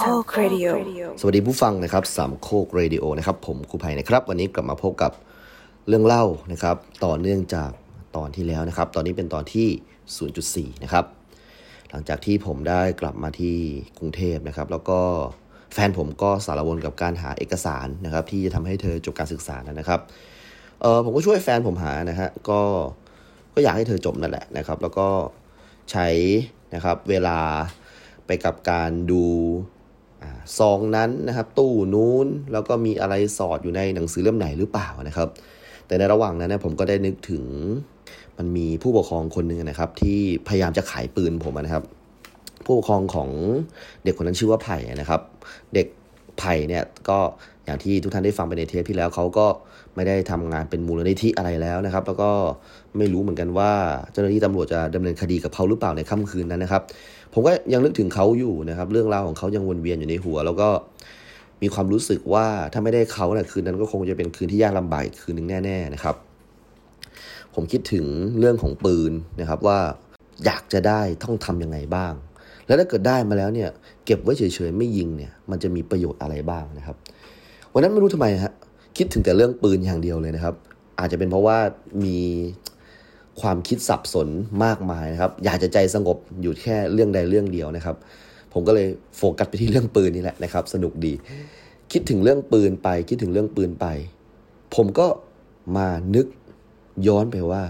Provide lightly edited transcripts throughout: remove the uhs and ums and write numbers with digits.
โคกเรดิโอสวัสดีผู้ฟังนะครับสามโคกเรดิโอนะครับผมครูไผ่นะครับวันนี้กลับมาพบกับเรื่องเล่านะครับต่อเนื่องจากตอนที่แล้วนะครับตอนนี้เป็นตอนที่ 0.4 นะครับหลังจากที่ผมได้กลับมาที่กรุงเทพนะครับแล้วก็แฟนผมก็สารวนกับการหาเอกสารนะครับที่จะทำให้เธอจบการศึกษานะครับผมก็ช่วยแฟนผมหานะฮะก็อยากให้เธอจบนั่นแหละนะครับแล้วก็ใช้นะครับเวลาไปกับการดูซองนั้นนะครับตู้นู้นแล้วก็มีอะไรสอดอยู่ในหนังสือเล่มไหนหรือเปล่านะครับแต่ในระหว่างนั้นนะผมก็ได้นึกถึงมันมีผู้ปกครองคนหนึ่งนะครับที่พยายามจะขายปืนผมนะครับผู้ปกครองของเด็กคนนั้นชื่อว่าไผ่นะครับเด็กไผ่เนี่ยก็อย่างที่ทุกท่านได้ฟังไปในเทปที่แล้วเขาก็ไม่ได้ทำงานเป็นมูลนิธิอะไรแล้วนะครับแล้วก็ไม่รู้เหมือนกันว่าเจ้าหน้าที่ตำรวจจะดำเนินคดีกับเขาหรือเปล่าในค่ำคืนนั้นนะครับผมก็ยังนึกถึงเขาอยู่นะครับเรื่องราวของเขายังวนเวียนอยู่ในหัวแล้วก็มีความรู้สึกว่าถ้าไม่ได้เขาเนี่ยคืนนั้นก็คงจะเป็นคืนที่ยากลำบากคืนนึงแน่ๆนะครับผมคิดถึงเรื่องของปืนนะครับว่าอยากจะได้ต้องทำยังไงบ้างแล้วถ้าเกิดได้มาแล้วเนี่ยเก็บไว้เฉยๆไม่ยิงเนี่ยมันจะมีประโยชน์อะไรบ้างนะครับวันนั้นไม่รู้ทำไมฮะคิดถึงแต่เรื่องปืนอย่างเดียวเลยนะครับอาจจะเป็นเพราะว่ามีความคิดสับสนมากมายนะครับอยากจะใจสงบอยู่แค่เรื่องใดเรื่องเดียวนะครับผมก็เลยโฟกัสไปที่เรื่องปืนนี่แหละนะครับสนุกดีคิดถึงเรื่องปืนไปคิดถึงเรื่องปืนไปผมก็มานึกย้อนไปว่า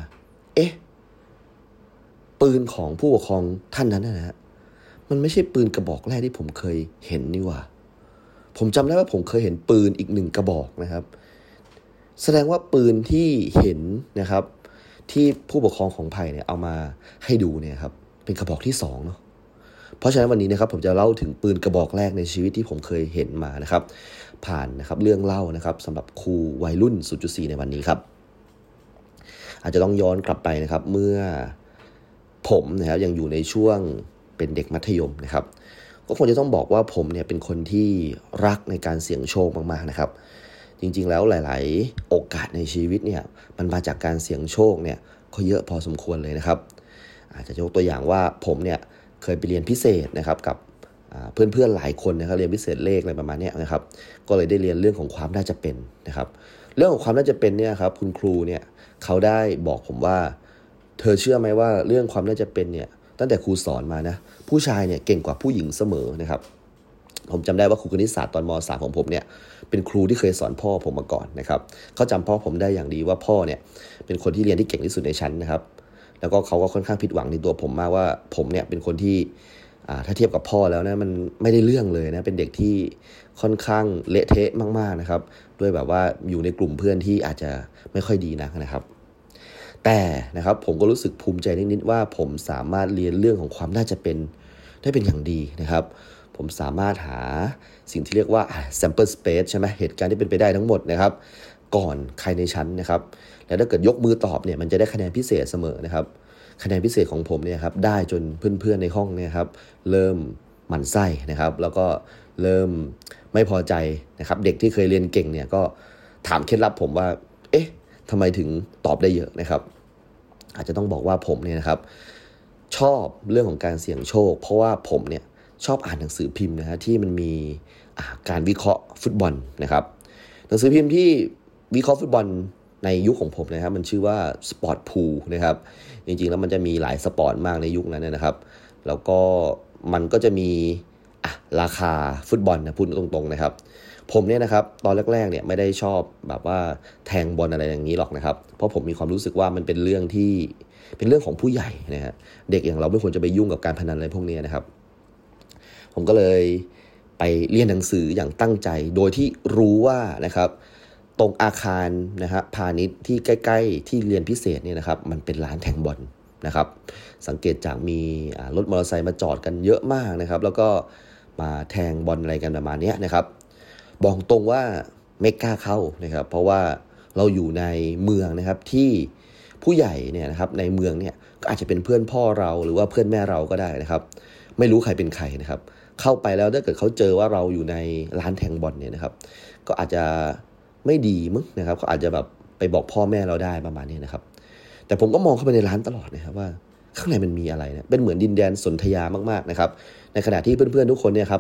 ปืนของผู้ปกครองท่านนั้นนะฮะมันไม่ใช่ปืนกระบอกแรกที่ผมเคยเห็นนี่หว่าผมจำได้ว่าผมเคยเห็นปืนอีก1กระบอกนะครับแสดงว่าปืนที่เห็นนะครับที่ผู้ปกครองของไผ่เนี่ยเอามาให้ดูเนี่ยครับเป็นกระบอกที่2เนาะเพราะฉะนั้นวันนี้นะครับผมจะเล่าถึงปืนกระบอกแรกในชีวิตที่ผมเคยเห็นมานะครับผ่านนะครับเรื่องเล่านะครับสำหรับครูวัยรุ่น 0.4 ในวันนี้ครับอาจจะต้องย้อนกลับไปนะครับเมื่อผมนะครับยังอยู่ในช่วงเป็นเด็กมัธยมนะครับก็คงจะต้องบอกว่าผมเนี่ยเป็นคนที่รักในการเสี่ยงโชคมากๆนะครับจริงๆแล้วหลายๆโอกาสในชีวิตเนี่ยมันมาจากการเสี่ยงโชคเนี่ยก็เยอะพอสมควรเลยนะครับอาจจะยกตัวอย่างว่าผมเนี่ยเคยไปเรียนพิเศษนะครับกับเพื่อนๆหลายคนนะครับเรียนพิเศษเลขอะไรประมาณนี้นะครับก็เลยได้เรียนเรื่องของความน่าจะเป็นนะครับเรื่องของความน่าจะเป็นเนี่ยครับคุณครูเนี่ยเขาได้บอกผมว่าเธอเชื่อไหมว่าเรื่องความน่าจะเป็นเนี่ยตั้งแต่ครูสอนมานะผู้ชายเนี่ยเก่งกว่าผู้หญิงเสมอนะครับผมจำได้ว่าครูคณิตศาสตร์ตอนม.3 ของผมเนี่ยเป็นครูที่เคยสอนพ่อผมมาก่อนนะครับเขาจำพ่อผมได้อย่างดีว่าพ่อเนี่ยเป็นคนที่เรียนที่เก่งที่สุดในชั้นนะครับแล้วก็เขาก็ค่อนข้างผิดหวังในตัวผมมากว่าผมเนี่ยเป็นคนที่ถ้าเทียบกับพ่อแล้วนะมันไม่ได้เรื่องเลยนะเป็นเด็กที่ค่อนข้างเละเทะมากๆนะครับด้วยแบบว่าอยู่ในกลุ่มเพื่อนที่อาจจะไม่ค่อยดีนะครับแต่นะครับผมก็รู้สึกภูมิใจนิดๆว่าผมสามารถเรียนเรื่องของความน่าจะเป็นได้เป็นอย่างดีนะครับผมสามารถหาสิ่งที่เรียกว่า sample space ใช่ไหมเหตุการณ์ที่เป็นไปได้ทั้งหมดนะครับก่อนใครในชั้นนะครับแล้วถ้าเกิดยกมือตอบเนี่ยมันจะได้คะแนนพิเศษเสมอนะครับคะแนนพิเศษของผมเนี่ยครับได้จนเพื่อนๆในห้องเนี่ยครับเริ่มหมั่นไส้นะครับแล้วก็เริ่มไม่พอใจนะครับเด็กที่เคยเรียนเก่งเนี่ยก็ถามเคล็ดลับผมว่าทำไมถึงตอบได้เยอะนะครับอาจจะต้องบอกว่าผมเนี่ยนะครับชอบเรื่องของการเสี่ยงโชคเพราะว่าผมเนี่ยชอบอ่านหนังสือพิมพ์นะฮะที่มันมีการวิเคราะห์ฟุตบอลนะครับหนังสือพิมพ์ที่วิเคราะห์ฟุตบอลในยุคของผมนะครับมันชื่อว่าสปอร์ตพูลนะครับจริงๆแล้วมันจะมีหลายสปอร์ตมากในยุคนั้นนะครับแล้วก็มันก็จะมีราคาฟุตบอลนะพูดตรงๆนะครับผมเนี่ยนะครับตอนแรกๆเนี่ยไม่ได้ชอบแบบว่าแทงบอลอะไรอย่างนี้หรอกนะครับเพราะผมมีความรู้สึกว่ามันเป็นเรื่องที่เป็นเรื่องของผู้ใหญ่นะฮะเด็กอย่างเราไม่ควรจะไปยุ่งกับการพนันอะไรพวกนี้นะครับผมก็เลยไปเรียนหนังสืออย่างตั้งใจโดยที่รู้ว่านะครับตรงอาคารนะครับพาณิชย์ที่ใกล้ๆที่เรียนพิเศษเนี่ยนะครับมันเป็นร้านแทงบอลนะครับสังเกตจากมีรถมอเตอร์ไซค์มาจอดกันเยอะมากนะครับแล้วก็มาแทงบอลอะไรกันประมาณนี้นะครับบอกตรงว่าไม่กล้าเข้านะครับเพราะว่าเราอยู่ในเมืองนะครับที่ผู้ใหญ่เนี่ยนะครับในเมืองเนี่ยก็อาจจะเป็นเพื่อนพ่อเราหรือว่าเพื่อนแม่เราก็ได้นะครับไม่รู้ใครเป็นใครนะครับเข้าไปแล้วถ้าเกิดเขาเจอว่าเราอยู่ในร้านแทงบอลเนี่ยนะครับก็อาจจะไม่ดีมั้งนะครับเขาอาจจะแบบไปบอกพ่อแม่เราได้ประมาณนี้นะครับแต่ผมก็มองเข้าไปในร้านตลอดนะครับว่าข้างในมันมีอะไรนะเป็นเหมือนดินแดนสนธยามากๆนะครับในขณะที่เพื่อนๆทุกคนเนี่ยครับ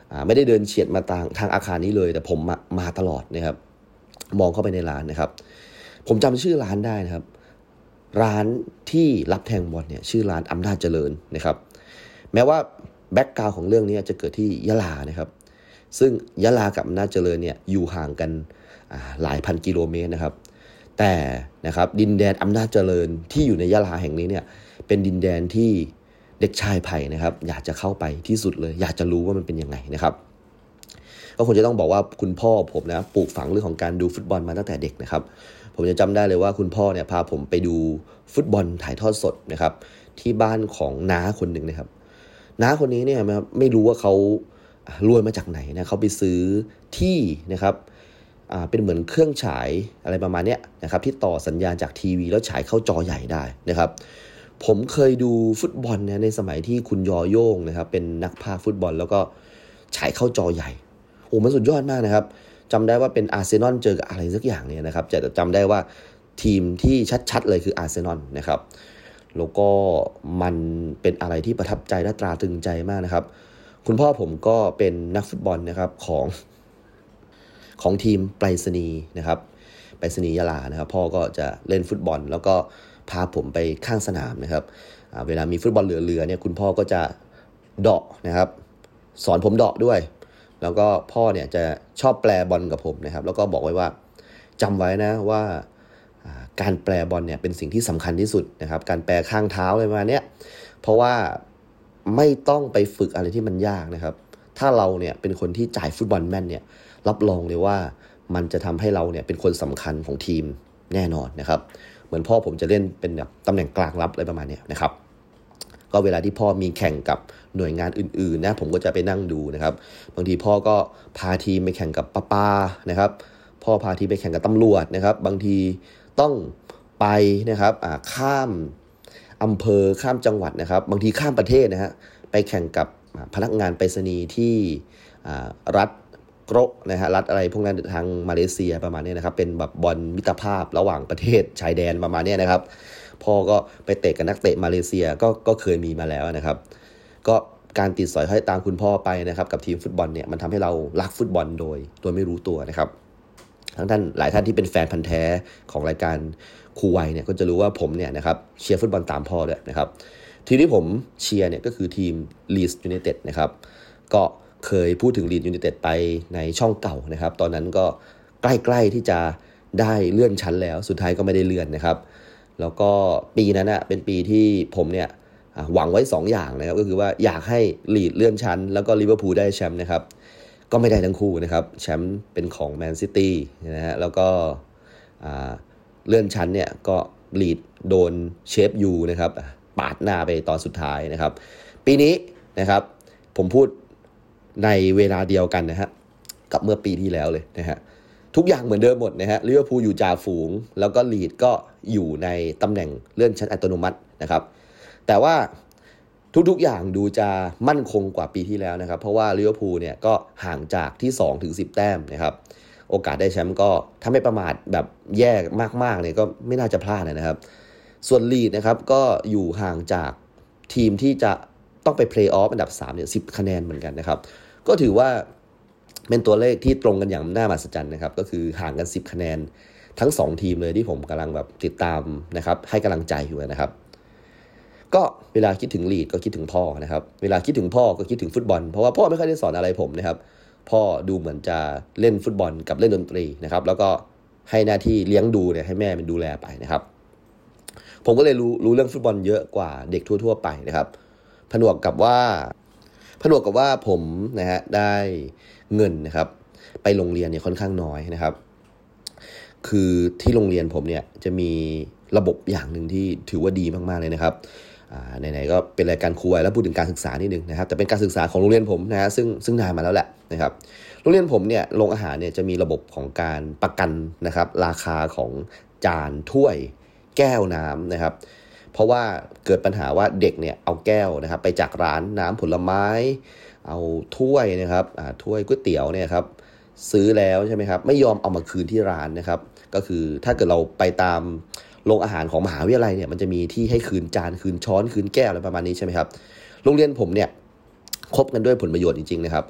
ไม่ได้เดินเฉียดมาทางอาคารนี้เลยแต่ผมมาตลอดนะครับมองเข้าไปในร้านนะครับผมจำชื่อร้านได้นะครับร้านที่รับแทงบอลเนี่ยชื่อร้านอำนาจเจริญนะครับแม้ว่าแบ็กกราวด์ของเรื่องนี้จะเกิดที่ยะลานะครับซึ่งยะลากับอำนาจเจริญเนี่ยอยู่ห่างกันหลายพันกิโลเมตรนะครับแต่นะครับดินแดนอำนาจเจริญที่อยู่ในยะลาแห่งนี้เนี่ยเป็นดินแดนที่เด็กชายไผ่นะครับอยากจะเข้าไปที่สุดเลยอยากจะรู้ว่ามันเป็นยังไงนะครับก็คงจะต้องบอกว่าคุณพ่อผมนะปลูกฝังเรื่องของการดูฟุตบอลมาตั้งแต่เด็กนะครับผมจะจำได้เลยว่าคุณพ่อเนี่ยพาผมไปดูฟุตบอลถ่ายทอดสดนะครับที่บ้านของน้าคนหนึ่งนะครับน้าคนนี้เนี่ยไม่รู้ว่าเขารวยมาจากไหนนะเขาไปซื้อที่นะครับเป็นเหมือนเครื่องฉายอะไรประมาณนี้นะครับที่ต่อสัญญาณจากทีวีแล้วฉายเข้าจอใหญ่ได้นะครับผมเคยดูฟุตบอลนะในสมัยที่คุณยอโย่งนะครับเป็นนักพากย์ฟุตบอลแล้วก็ฉายเข้าจอใหญ่โอ้มันสุดยอดมากนะครับจำได้ว่าเป็นอาร์เซนอลเจอกับอะไรสักอย่างเนี่ยนะครับจะจำได้ว่าทีมที่ชัดๆเลยคืออาร์เซนอลนะครับแล้วก็มันเป็นอะไรที่ประทับใจและตราตรึงใจมากนะครับคุณพ่อผมก็เป็นนักฟุตบอลนะครับของทีมไปรษณีย์นะครับไปรษณีย์ยะลานะครับพ่อก็จะเล่นฟุตบอลแล้วก็พาผมไปข้างสนามนะครับเวลามีฟุตบอลเหลือเนี่ยคุณพ่อก็จะเดาะนะครับสอนผมเดาะด้วยแล้วก็พ่อเนี่ยจะชอบแปลบอลกับผมนะครับแล้วก็บอกไว้ว่าจำไว้นะว่าการแปลบอลเนี่ยเป็นสิ่งที่สำคัญที่สุดนะครับการแปลข้างเท้าอะไรประมาณนี้เพราะว่าไม่ต้องไปฝึกอะไรที่มันยากนะครับถ้าเราเนี่ยเป็นคนที่จ่ายฟุตบอลแม่นเนี่ยรับรองเลยว่ามันจะทำให้เราเนี่ยเป็นคนสำคัญของทีมแน่นอนนะครับเหมือนพ่อผมจะเล่นเป็นแบบตำแหน่งกลางรับอะไรประมาณนี้นะครับก็เวลาที่พ่อมีแข่งกับหน่วยงานอื่นๆนะผมก็จะไปนั่งดูนะครับบางทีพ่อก็พาทีมไปแข่งกับป้านะครับพ่อพาทีมไปแข่งกับตำรวจนะครับบางทีต้องไปนะครับข้ามอำเภอข้ามจังหวัดนะครับบางทีข้ามประเทศนะฮะไปแข่งกับพนักงานไปรษณีย์ที่รัฐโกรนะฮะรัฐอะไรพวกนั้นทางมาเลเซียประมาณนี้นะครับเป็นแบบบอลมิตรภาพระหว่างประเทศชายแดนประมาณนี้นะครับพ่อก็ไปเตะกับนักเตะมาเลเซียก็เคยมีมาแล้วนะครับก็การติดสอยห้อยตามคุณพ่อไปนะครับกับทีมฟุตบอลเนี่ยมันทำให้เรารักฟุตบอลโดยไม่รู้ตัวนะครับท่านหลายท่านที่เป็นแฟนพันธุ์แท้ของรายการครูวัยเนี่ยก็จะรู้ว่าผมเนี่ยนะครับเชียร์ฟุตบอลตามพ่อด้วยนะครับทีมที่ผมเชียร์เนี่ยก็คือทีมลีดส์ยูไนเต็ดนะครับก็เคยพูดถึงลีดส์ยูไนเต็ดไปในช่องเก่านะครับตอนนั้นก็ใกล้ๆที่จะได้เลื่อนชั้นแล้วสุดท้ายก็ไม่ได้เลื่อนนะครับแล้วก็ปีนั้นนะเป็นปีที่ผมเนี่ยหวังไว้2อย่างนะครับก็คือว่าอยากให้ลีดเลื่อนชั้นแล้วก็ลิเวอร์พูลได้แชมป์นะครับก็ไม่ได้ทั้งคู่นะครับแชมป์เป็นของแมนซิตี้นะฮะแล้วก็เลื่อนชั้นเนี่ยก็ลีดโดนเชฟยูนะครับปาดหน้าไปตอนสุดท้ายนะครับปีนี้นะครับผมพูดในเวลาเดียวกันนะฮะกับเมื่อปีที่แล้วเลยนะฮะทุกอย่างเหมือนเดิมหมดนะฮะลิเวอร์พูลอยู่จ่าฝูงแล้วก็ลีดก็อยู่ในตำแหน่งเลื่อนชั้นอัตโนมัตินะครับแต่ว่าทุกๆอย่างดูจะมั่นคงกว่าปีที่แล้วนะครับเพราะว่าลิเวอร์พูลเนี่ยก็ห่างจากที่2ถึง10แต้มนะครับโอกาสได้แชมป์ก็ถ้าไม่ประมาทแบบแย่มากๆเนี่ยก็ไม่น่าจะพลาดนะครับส่วนลีดนะครับก็อยู่ห่างจากทีมที่จะต้องไปเพลย์ออฟอันดับ3เนี่ย10คะแนนเหมือนกันนะครับก็ถือว่าเป็นตัวเลขที่ตรงกันอย่างน่ามหัศจรรย์นะครับก็คือห่างกัน10คะแนนทั้ง2ทีมเลยที่ผมกำลังแบบติดตามนะครับให้กำลังใจอยู่นะครับก็เวลาคิดถึงลีดก็คิดถึงพ่อนะครับเวลาคิดถึงพ่อก็คิดถึงฟุตบอลเพราะว่าพ่อไม่ค่อยได้สอนอะไรผมนะครับพ่อดูเหมือนจะเล่นฟุตบอลกับเล่นดนตรีนะครับแล้วก็ให้หน้าที่เลี้ยงดูเนี่ยให้แม่เป็นดูแลไปนะครับผมก็เลยรู้เรื่องฟุตบอลเยอะกว่าเด็กทั่วๆไปนะครับผนวกกับว่าผมนะฮะได้เงินนะครับไปโรงเรียนเนี่ยค่อนข้างน้อยนะครับคือที่โรงเรียนผมเนี่ยจะมีระบบอย่างหนึ่งที่ถือว่าดีมากๆเลยนะครับไหนๆก็เป็นรายการครูวัยแล้วพูดถึงการศึกษานิดนึงนะครับแต่เป็นการศึกษาของโรงเรียนผมนะฮะซึ่งนานมาแล้วแหละนะครับโรงเรียนผมเนี่ยโรงอาหารเนี่ยจะมีระบบของการประกันนะครับราคาของจานถ้วยแก้วน้ำนะครับเพราะว่าเกิดปัญหาว่าเด็กเนี่ยเอาแก้วนะครับไปจากร้านน้ำผลไม้เอาถ้วยนะครับถ้วยก๋วยเตี๋ยวเนี่ยครับซื้อแล้วใช่ไหมครับไม่ยอมเอามาคืนที่ร้านนะครับก็คือถ้าเกิดเราไปตามโรงอาหารของมหาวิทยาลัยเนี่ยมันจะมีที่ให้คืนจานคืนช้อนคืนแก้วอะไรประมาณนี้ใช่ไหมครับโรงเรียนผมเนี่ยคบกันด้วยผลประโยชน์จริงๆนะครับ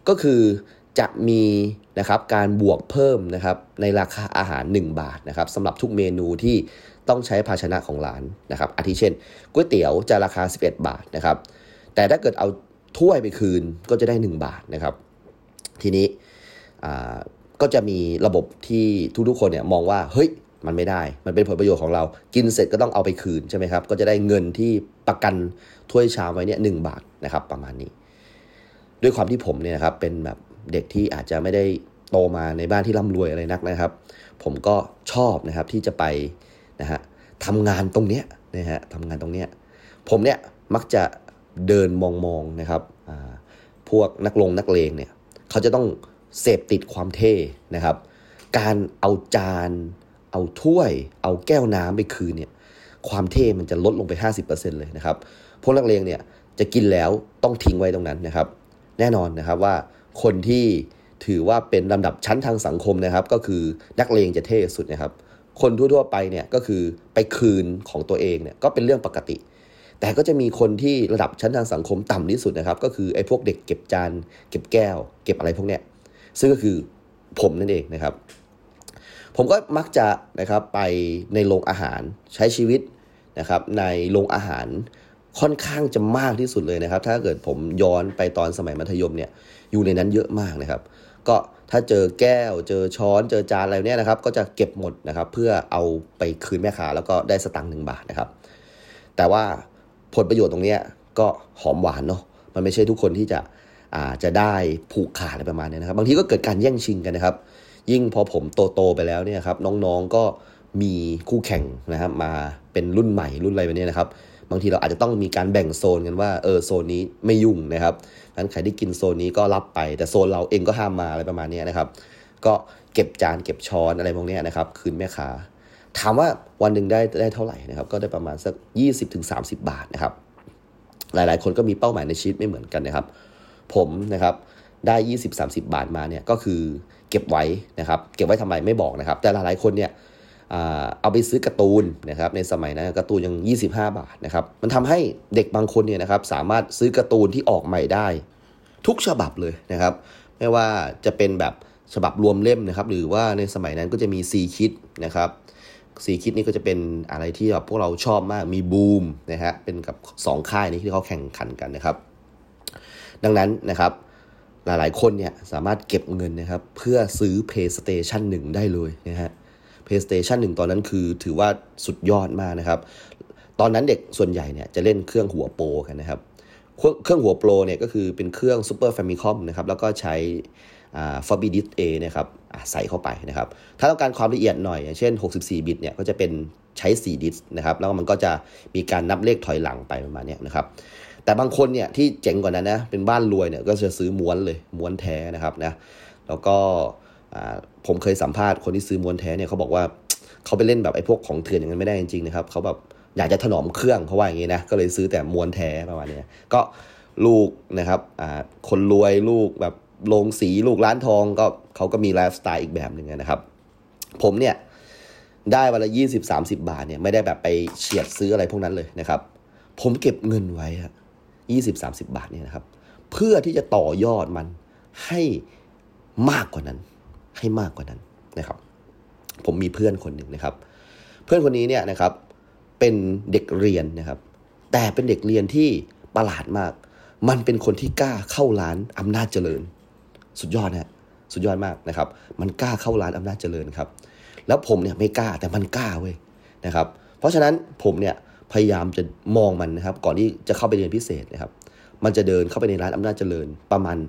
ก็คือจะมีนะครับการบวกเพิ่มนะครับในราคาอาหาร1บาทนะครับสำหรับทุกเมนูที่ต้องใช้ภาชนะของร้านนะครับอาทิเช่นก๋วยเตี๋ยวจะราคา11บาทนะครับแต่ถ้าเกิดเอาถ้วยไปคืนก็จะได้1บาทนะครับทีนี้ก็จะมีระบบที่ทุกๆคนเนี่ยมองว่าเฮ้ยมันไม่ได้มันเป็นผลประโยชน์ของเรากินเสร็จก็ต้องเอาไปคืนใช่ไหมครับก็จะได้เงินที่ประกันถ้วยชามไว้เนี่ย1บาทนะครับประมาณนี้ด้วยความที่ผมเนี่ยนะครับเป็นแบบเด็กที่อาจจะไม่ได้โตมาในบ้านที่ร่ำรวยอะไรนักนะครับผมก็ชอบนะครับที่จะไปนะฮะทำงานตรงเนี้ยนะฮะทำงานตรงเนี้ยผมเนี่ยมักจะเดินมองนะครับพวกนักเลงเนี่ยเขาจะต้องเสพติดความเท่นะครับการเอาจานเอาถ้วยเอาแก้วน้ำไปคืนเนี่ยความเท่มันจะลดลงไป 50% เลยนะครับพวกนักเลงเนี่ยจะกินแล้วต้องทิ้งไว้ตรงนั้นนะครับแน่นอนนะครับว่าคนที่ถือว่าเป็นลำดับชั้นทางสังคมนะครับก็คือนักเลงจะเท่สุดนะครับคนทั่วไปเนี่ยก็คือไปคืนของตัวเองเนี่ยก็เป็นเรื่องปกติแต่ก็จะมีคนที่ระดับชั้นทางสังคมต่ำที่สุดนะครับก็คือไอ้พวกเด็กเก็บจานเก็บแก้วเก็บอะไรพวกเนี้ยซึ่งก็คือผมนั่นเองนะครับผมก็มักจะนะครับไปในโรงอาหารใช้ชีวิตนะครับในโรงอาหารค่อนข้างจะมากที่สุดเลยนะครับถ้าเกิดผมย้อนไปตอนสมัยมัธยมเนี่ยอยู่ในนั้นเยอะมากนะครับก็ถ้าเจอแก้วเจอช้อนเจอจานอะไรเนี่ยนะครับก็จะเก็บหมดนะครับเพื่อเอาไปคืนแม่ค้าแล้วก็ได้สตังค์1บาทนะครับแต่ว่าผลประโยชน์ตรงนี้ก็หอมหวานเนาะมันไม่ใช่ทุกคนที่จะได้ผูกขาดอะไรประมาณนี้นะครับบางทีก็เกิดการแย่งชิงกันนะครับยิ่งพอผมโตไปแล้วเนี่ยครับน้องๆก็มีคู่แข่งนะครับมาเป็นรุ่นใหม่รุ่นอะไรแบบนี้นะครับบางทีเราอาจจะต้องมีการแบ่งโซนกันว่าโซนนี้ไม่ยุ่งนะครับงั้นใครที่กินโซนนี้ก็รับไปแต่โซนเราเองก็ห้ามมาอะไรประมาณนี้นะครับก็เก็บจานเก็บช้อนอะไรพวกนี้นะครับคืนแม่ค้าถามว่าวันหนึ่งได้เท่าไหร่นะครับก็ได้ประมาณสัก 20-30 บาทนะครับหลายๆคนก็มีเป้าหมายในชีวิตไม่เหมือนกันนะครับผมนะครับได้ 20-30 บาทมาเนี่ยก็คือเก็บไว้นะครับเก็บไว้ทำไมไม่บอกนะครับแต่หลายๆคนเนี่ยเอาไปซื้อการ์ตูนนะครับในสมัยนั้นการ์ตูนยัง25บาทนะครับมันทำให้เด็กบางคนเนี่ยนะครับสามารถซื้อการ์ตูนที่ออกใหม่ได้ทุกฉบับเลยนะครับไม่ว่าจะเป็นแบบฉบับรวมเล่มนะครับหรือว่าในสมัยนั้นก็จะมี4คิดนะครับ4คิดนี่ก็จะเป็นอะไรที่แบบพวกเราชอบมากมีบูมนะฮะเป็นกับ2ค่ายนี้ที่เขาแข่งขันกันนะครับดังนั้นนะครับหลายๆคนเนี่ยสามารถเก็บเงินนะครับเพื่อซื้อ PlayStation 1ได้เลยนะฮะ PlayStation 1ตอนนั้นคือถือว่าสุดยอดมากนะครับตอนนั้นเด็กส่วนใหญ่เนี่ยจะเล่นเครื่องหัวโปรกันนะครับเครื่องหัวโปรเนี่ยก็คือเป็นเครื่อง Super Famicom นะครับแล้วก็ใช้Floppy disk A นะครับใส่เข้าไปนะครับถ้าต้องการความละเอียดหน่อยอย่างเช่น64บิตเนี่ยก็จะเป็นใช้4ดิสนะครับแล้วมันก็จะมีการนับเลขถอยหลังไปประมาณนี้นะครับแต่บางคนเนี่ยที่เจ๋งกว่านั้นนะเป็นบ้านรวยเนี่ยก็จะซื้อม้วนเลยม้วนแท้นะครับนะแล้วก็ผมเคยสัมภาษณ์คนที่ซื้อม้วนแท้เนี่ยเขาบอกว่าเขาไปเล่นแบบไอ้พวกของเถื่อนอย่างนั้นไม่ได้จริงๆนะครับเขาแบบอยากจะถนอมเครื่องเขาว่าอย่างงี้นะก็เลยซื้อแต่ม้วนแท้ประมาณนี้ก็ลูกนะครับคนรวยลูกแบบโรงสีลูกร้านทองก็เขาก็มีไลฟ์สไตล์อีกแบบหนึ่งนะครับผมเนี่ยได้วันละ20-30 บาทเนี่ยไม่ได้แบบไปเฉียดซื้ออะไรพวกนั้นเลยนะครับผมเก็บเงินไว้ฮะ20-30 บาทเนี่ยนะครับเพื่อที่จะต่อยอดมันให้มากกว่านั้นนะครับผมมีเพื่อนคนหนึ่งนะครับเพื่อนคนนี้เนี่ยนะครับเป็นเด็กเรียนนะครับแต่เป็นเด็กเรียนที่ประหลาดมากมันเป็นคนที่กล้าเข้าร้านอำนาจเจริญสุดยอดนะสุดยอดมากนะครับมันกล้าเข้าร้านอำนาจเจริญครับแล้วผมเนี่ยไม่กล้าแต่มันกล้าเว้ยนะครับเพราะฉะนั้นผมเนี่ยพยายามจะมองมันนะครับก่อนที่จะเข้าไปเรียนพิเศษนะครับมันจะเดินเข้าไปในร้านอำนาจเจริญประมาณ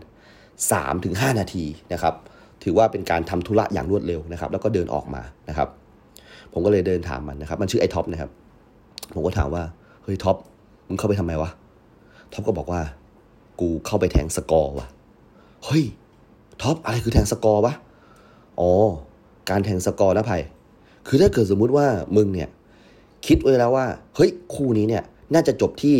3-5 นาทีนะครับถือว่าเป็นการทำธุระอย่างรวดเร็วนะครับแล้วก็เดินออกมานะครับผมก็เลยเดินถามมันนะครับมันชื่อไอ้ท็อปนะครับผมก็ถามว่าเฮ้ยท็อปมึงเข้าไปทำไมวะท็อปก็บอกว่ากูเข้าไปแทงสกอร์ว่ะเฮ้ยท็อปอะไรคือแทงสกอร์วะอ๋อการแทงสกอร์นะไผ่คือถ้าเกิดสมมุติว่ามึงเนี่ยคิดไว้แล้วว่าเฮ้ยคู่นี้เนี่ยน่าจะจบที่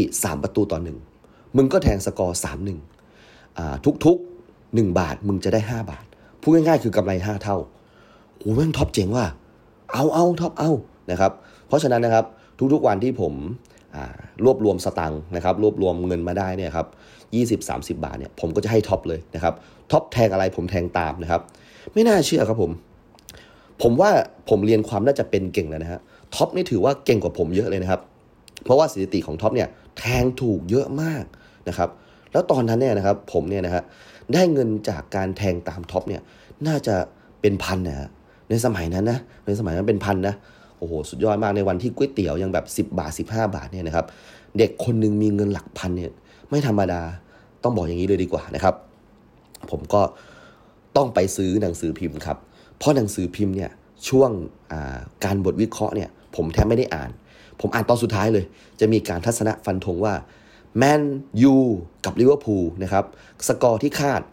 3-1มึงก็แทงสกอร์ 3-1ทุกๆ1บาทมึงจะได้5บาทพูดง่ายๆคือกำไร5เท่าโอ้แม่งท็อปเจ๋งว่ะเอาท็อปเอานะครับเพราะฉะนั้นนะครับทุกๆวันที่ผมรวบรวมสตังค์นะครับรวบรวมเงินมาได้เนี่ยครับ20-30 บาทเนี่ยผมก็จะให้ท็อปเลยนะครับท็อปแทงอะไรผมแทงตามนะครับไม่น่าเชื่อครับผมว่าผมเรียนความน่าจะเป็นเก่งแล้วนะฮะท็อปนี่ถือว่าเก่งกว่าผมเยอะเลยนะครับเพราะว่าสถิติของท็อปเนี่ยแทงถูกเยอะมากนะครับแล้วตอนนั้นเนี่ยนะครับผมเนี่ยนะฮะได้เงินจากการแทงตามท็อปเนี่ยน่าจะเป็นพันนะฮะในสมัยนั้นเป็นพันนะโอ้โหสุดยอดมากในวันที่ก๋วยเตี๋ยวยังแบบ10 บาท15 บาทเนี่ยนะครับเด็กคนนึงมีเงินหลักพันเนี่ยไม่ธรรมดาต้องบอกอย่างนี้เลยดีกว่านะครับผมก็ต้องไปซื้อหนังสือพิมพ์ครับเพราะหนังสือพิมพ์เนี่ยช่วงการบทวิเคราะห์เนี่ยผมแทบไม่ได้อ่านผมอ่านตอนสุดท้ายเลยจะมีการทัศนะฟันธงว่าแมนยูกับลิเวอร์พูลนะครับสกอร์ที่คาด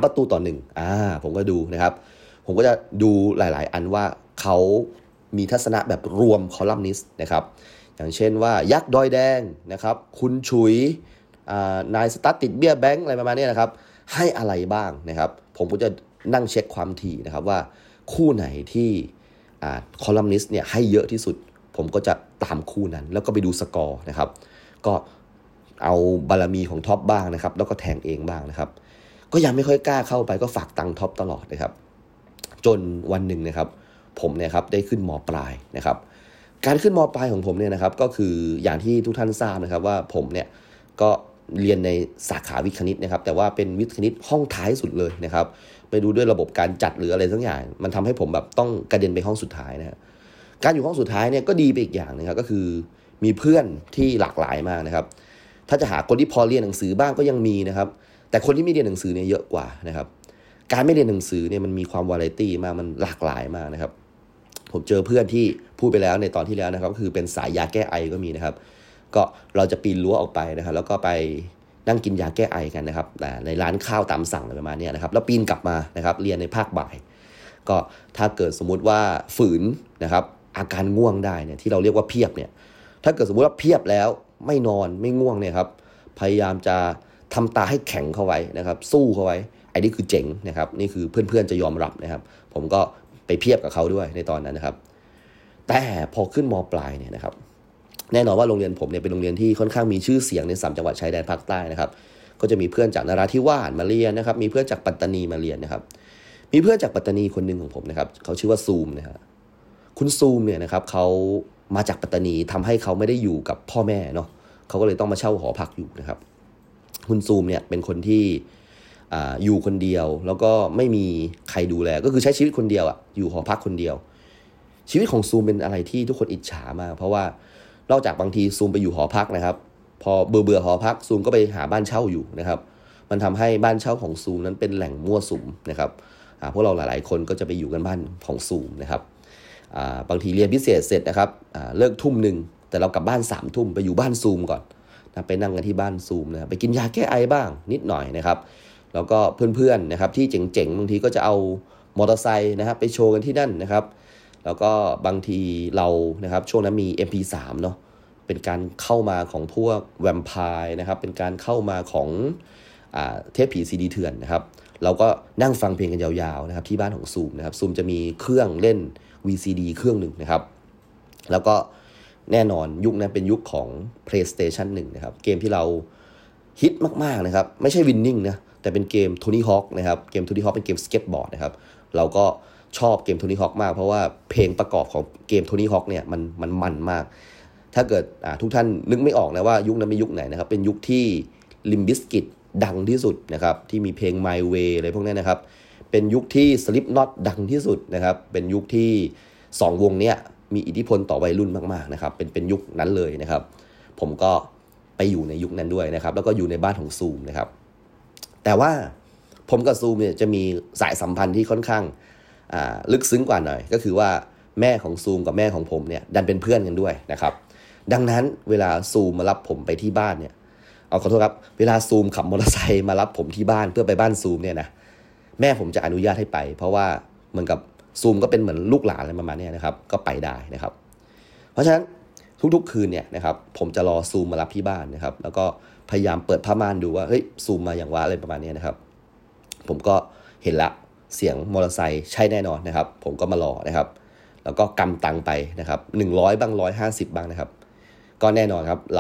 3-1ผมก็ดูนะครับผมก็จะดูหลายๆอันว่าเขามีทัศนะแบบรวมคอลัมนิสต์นะครับอย่างเช่นว่ายักษ์ดอยแดงนะครับคุณฉุยนายสตั๊ดติดเบี้ยแบงค์อะไรประมาณนี้นะครับให้อะไรบ้างนะครับผมก็จะนั่งเช็คความถี่นะครับว่าคู่ไหนที่คอลัมนิสต์เนี่ยให้เยอะที่สุดผมก็จะตามคู่นั้นแล้วก็ไปดูสกอร์นะครับก็เอาบารมีของท็อปบ้างนะครับแล้วก็แทงเองบ้างนะครับก็ยังไม่ค่อยกล้าเข้าไปก็ฝากตังค์ท็อปตลอดนะครับจนวันหนึ่งนะครับผมเนี่ยครับได้ขึ้นม.ปลายนะครับการขึ้นม.ปลายของผมเนี่ยนะครับก็คืออย่างที่ทุกท่านทราบนะครับว่าผมเนี่ยก็เรียนในสาขาวิทย์คณิตนะครับแต่ว่าเป็นวิทย์คณิตห้องท้ายสุดเลยนะครับไปดูด้วยระบบการจัดหรืออะไรสักอย่างมันทำให้ผมแบบต้องกระเด็นไปห้องสุดท้ายนะฮะการอยู่ห้องสุดท้ายเนี่ยก็ดีไปอีกอย่างนะครับก็คือมีเพื่อนที่หลากหลายมากนะครับถ้าจะหาคนที่พอเรียนหนังสือบ้างก็ยังมีนะครับแต่คนที่ไม่เรียนหนังสือเนี่ยเยอะกว่านะครับการไม่เรียนหนังสือเนี่ยมันมีความวาไรตี้มากมันหลากหลายมากนะครับผมเจอเพื่อนที่พูดไปแล้วในตอนที่แล้วนะครับก็คือเป็นสายยาแก้ไอก็มีนะครับก็เราจะปีนรั้วออกไปนะครับแล้วก็ไปนั่งกินยาแก้ไอกันนะครับในร้านข้าวตามสั่งอะไรประมาณนี้นะครับแล้วปีนกลับมานะครับเรียนในภาคบ่ายก็ถ้าเกิดสมมุติว่าฝืนนะครับอาการง่วงได้เนี่ยที่เราเรียกว่าเพียบเนี่ยถ้าเกิดสมมุติว่าเพียบแล้วไม่นอนไม่ง่วงเนี่ยครับพยายามจะทำตาให้แข็งเข้าไว้นะครับสู้เข้าไว้ไอ้นี่คือเจ๋งนะครับนี่คือเพื่อนๆจะยอมรับนะครับผมก็ไปเพียบกับเขาด้วยในตอนนั้นนะครับแต่พอขึ้นม.ปลายเนี่ยนะครับแน่นอนว่าโรงเรียนผมเนี่ยเป็นโรงเรียนที่ค่อนข้างมีชื่อเสียงใน3จังหวัดชายแดนภาคใต้นะครับก็จะมีเพื่อนจากนราธิวาสมาเรียนนะครับมีเพื่อนจากปัตตานีมาเรียนนะครับมีเพื่อนจากปัตตานีคนหนึ่งของผมนะครับเขาชื่อว่าซูมนะครับคุณซูมเนี่ยนะครับเขามาจากปัตตานีทำให้เขาไม่ได้อยู่กับพ่อแม่เนาะเขาก็เลยต้องมาเช่าหอพักอยู่นะครับคุณซูมเนี่ยเป็นคนที่อยู่คนเดียวแล้วก็ไม่มีใครดูแลก็คือใช้ชีวิตคนเดียวอยู่หอพักคนเดียวชีวิตของซูมเป็นอะไรที่ทุกคนอิจฉามากเพราะว่านอกจากบางทีซูมไปอยู่หอพักนะครับพอเบื่อหอพักซูมก็ไปหาบ้านเช่าอยู่นะครับมันทำให้บ้านเช่าของซูมนั้นเป็นแหล่งมั่วสุมนะครับพวกเราหลายๆคนก็จะไปอยู่กันบ้านของซูมนะครับบางทีเรียนพิเศษเสร็จนะครับเลิกทุ่มนึงแต่เรากลับบ้าน3 ทุ่มไปอยู่บ้านซูมก่อนนะไปนั่งกันที่บ้านซูมนะไปกินยาแก้ไอบ้างนิดหน่อยนะครับแล้วก็เพื่อนๆนะครับที่เจ๋งๆบางทีก็จะเอามอเตอร์ไซค์นะครับไปโชว์กันที่นั่นนะครับแล้วก็บางทีเรานะครับช่วงนั้นมี MP3 เนาะเป็นการเข้ามาของพวกแวมไพร์นะครับเป็นการเข้ามาของเทปผีซีดีเถื่อนนะครับเราก็นั่งฟังเพลงกันยาวๆนะครับที่บ้านของซูมนะครับซูมจะมีเครื่องเล่น VCD เครื่องหนึ่งนะครับแล้วก็แน่นอนยุคนั้นเป็นยุคของ PlayStation 1นะครับเกมที่เราฮิตมากๆนะครับไม่ใช่ Winning นะแต่เป็นเกม Tony Hawk นะครับเกม Tony Hawk เป็นเกมสเก็ตบอร์ดนะครับเราก็ชอบเกม Tony Hawk มากเพราะว่าเพลงประกอบของเกม Tony Hawk เนี่ยมันมากถ้าเกิดทุกท่านนึกไม่ออกนะว่ายุคนั้นเป็นยุคไหนนะครับเป็นยุคที่ Limp Bizkit ดังที่สุดนะครับที่มีเพลง My Way อะไรพวกนี้นะครับเป็นยุคที่ Slipknot ดังที่สุดนะครับเป็นยุคที่2 วงเนี้ยมีอิทธิพลต่อวัยรุ่นมากๆนะครับเป็นยุคนั้นเลยนะครับผมก็ไปอยู่ในยุคนั้นด้วยนะครับแล้วก็อยู่ในบ้านของซูมนะครับแต่ว่าผมกับซูมเนี่ยจะมีสายสัมพันธ์ที่ค่อนข้างลึกซึ้งกว่าหน่อยก็คือว่าแม่ของซูมกับแม่ของผมเนี่ยดันเป็นเพื่อนกันด้วยนะครับดังนั้นเวลาซูมมารับผมไปที่บ้านเนี่ยขอโทษครับเวลาซูมขับมอเตอร์ไซค์มารับผมที่บ้านเพื่อไปบ้านซูมเนี่ยนะแม่ผมจะอนุญาตให้ไปเพราะว่าเหมือนกับซูมก็เป็นเหมือนลูกหลานอะไรประมาณนี้นะครับก็ไปได้นะครับเพราะฉะนั้นทุกๆคืนเนี่ยนะครับผมจะรอซูมมารับที่บ้านนะครับแล้วก็พยายามเปิดผ้าม่านดูว่าเฮ้ยซูมมาอย่างว่าอะไรประมาณนี้นะครับผมก็เห็นละเสียงมอเตอร์ไซค์ใช่แน่นอนนะครับผมก็มารอนะครับแล้วก็กำตังไปนะครับ100บ้าง150บ้างนะครับก็แน่นอนครับเรา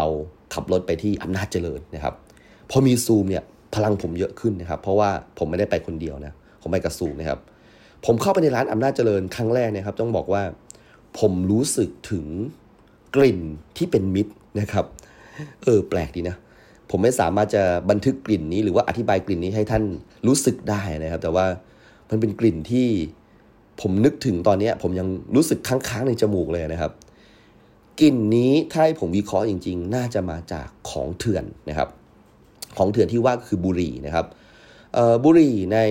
ขับรถไปที่อำนาจเจริญนะครับพอมีซูมเนี่ยพลังผมเยอะขึ้นนะครับเพราะว่าผมไม่ได้ไปคนเดียวนะผมไปกับซูมนะครับผมเข้าไปในร้านอำนาจเจริญครั้งแรกเนี่ยครับต้องบอกว่าผมรู้สึกถึงกลิ่นที่เป็นมิตรนะครับแปลกดีนะผมไม่สามารถจะบันทึกกลิ่นนี้หรือว่าอธิบายกลิ่นนี้ให้ท่านรู้สึกได้นะครับแต่ว่ามันเป็นกลิ่นที่ผมนึกถึงตอนนี้ผมยังรู้สึกค้างๆในจมูกเลยนะครับกลิ่นนี้ถ้าให้ผมวิเคราะห์จริงๆน่าจะมาจากของเถื่อนนะครับของเถื่อนที่ว่าคือบุหรี่นะครับบุหรี่ใน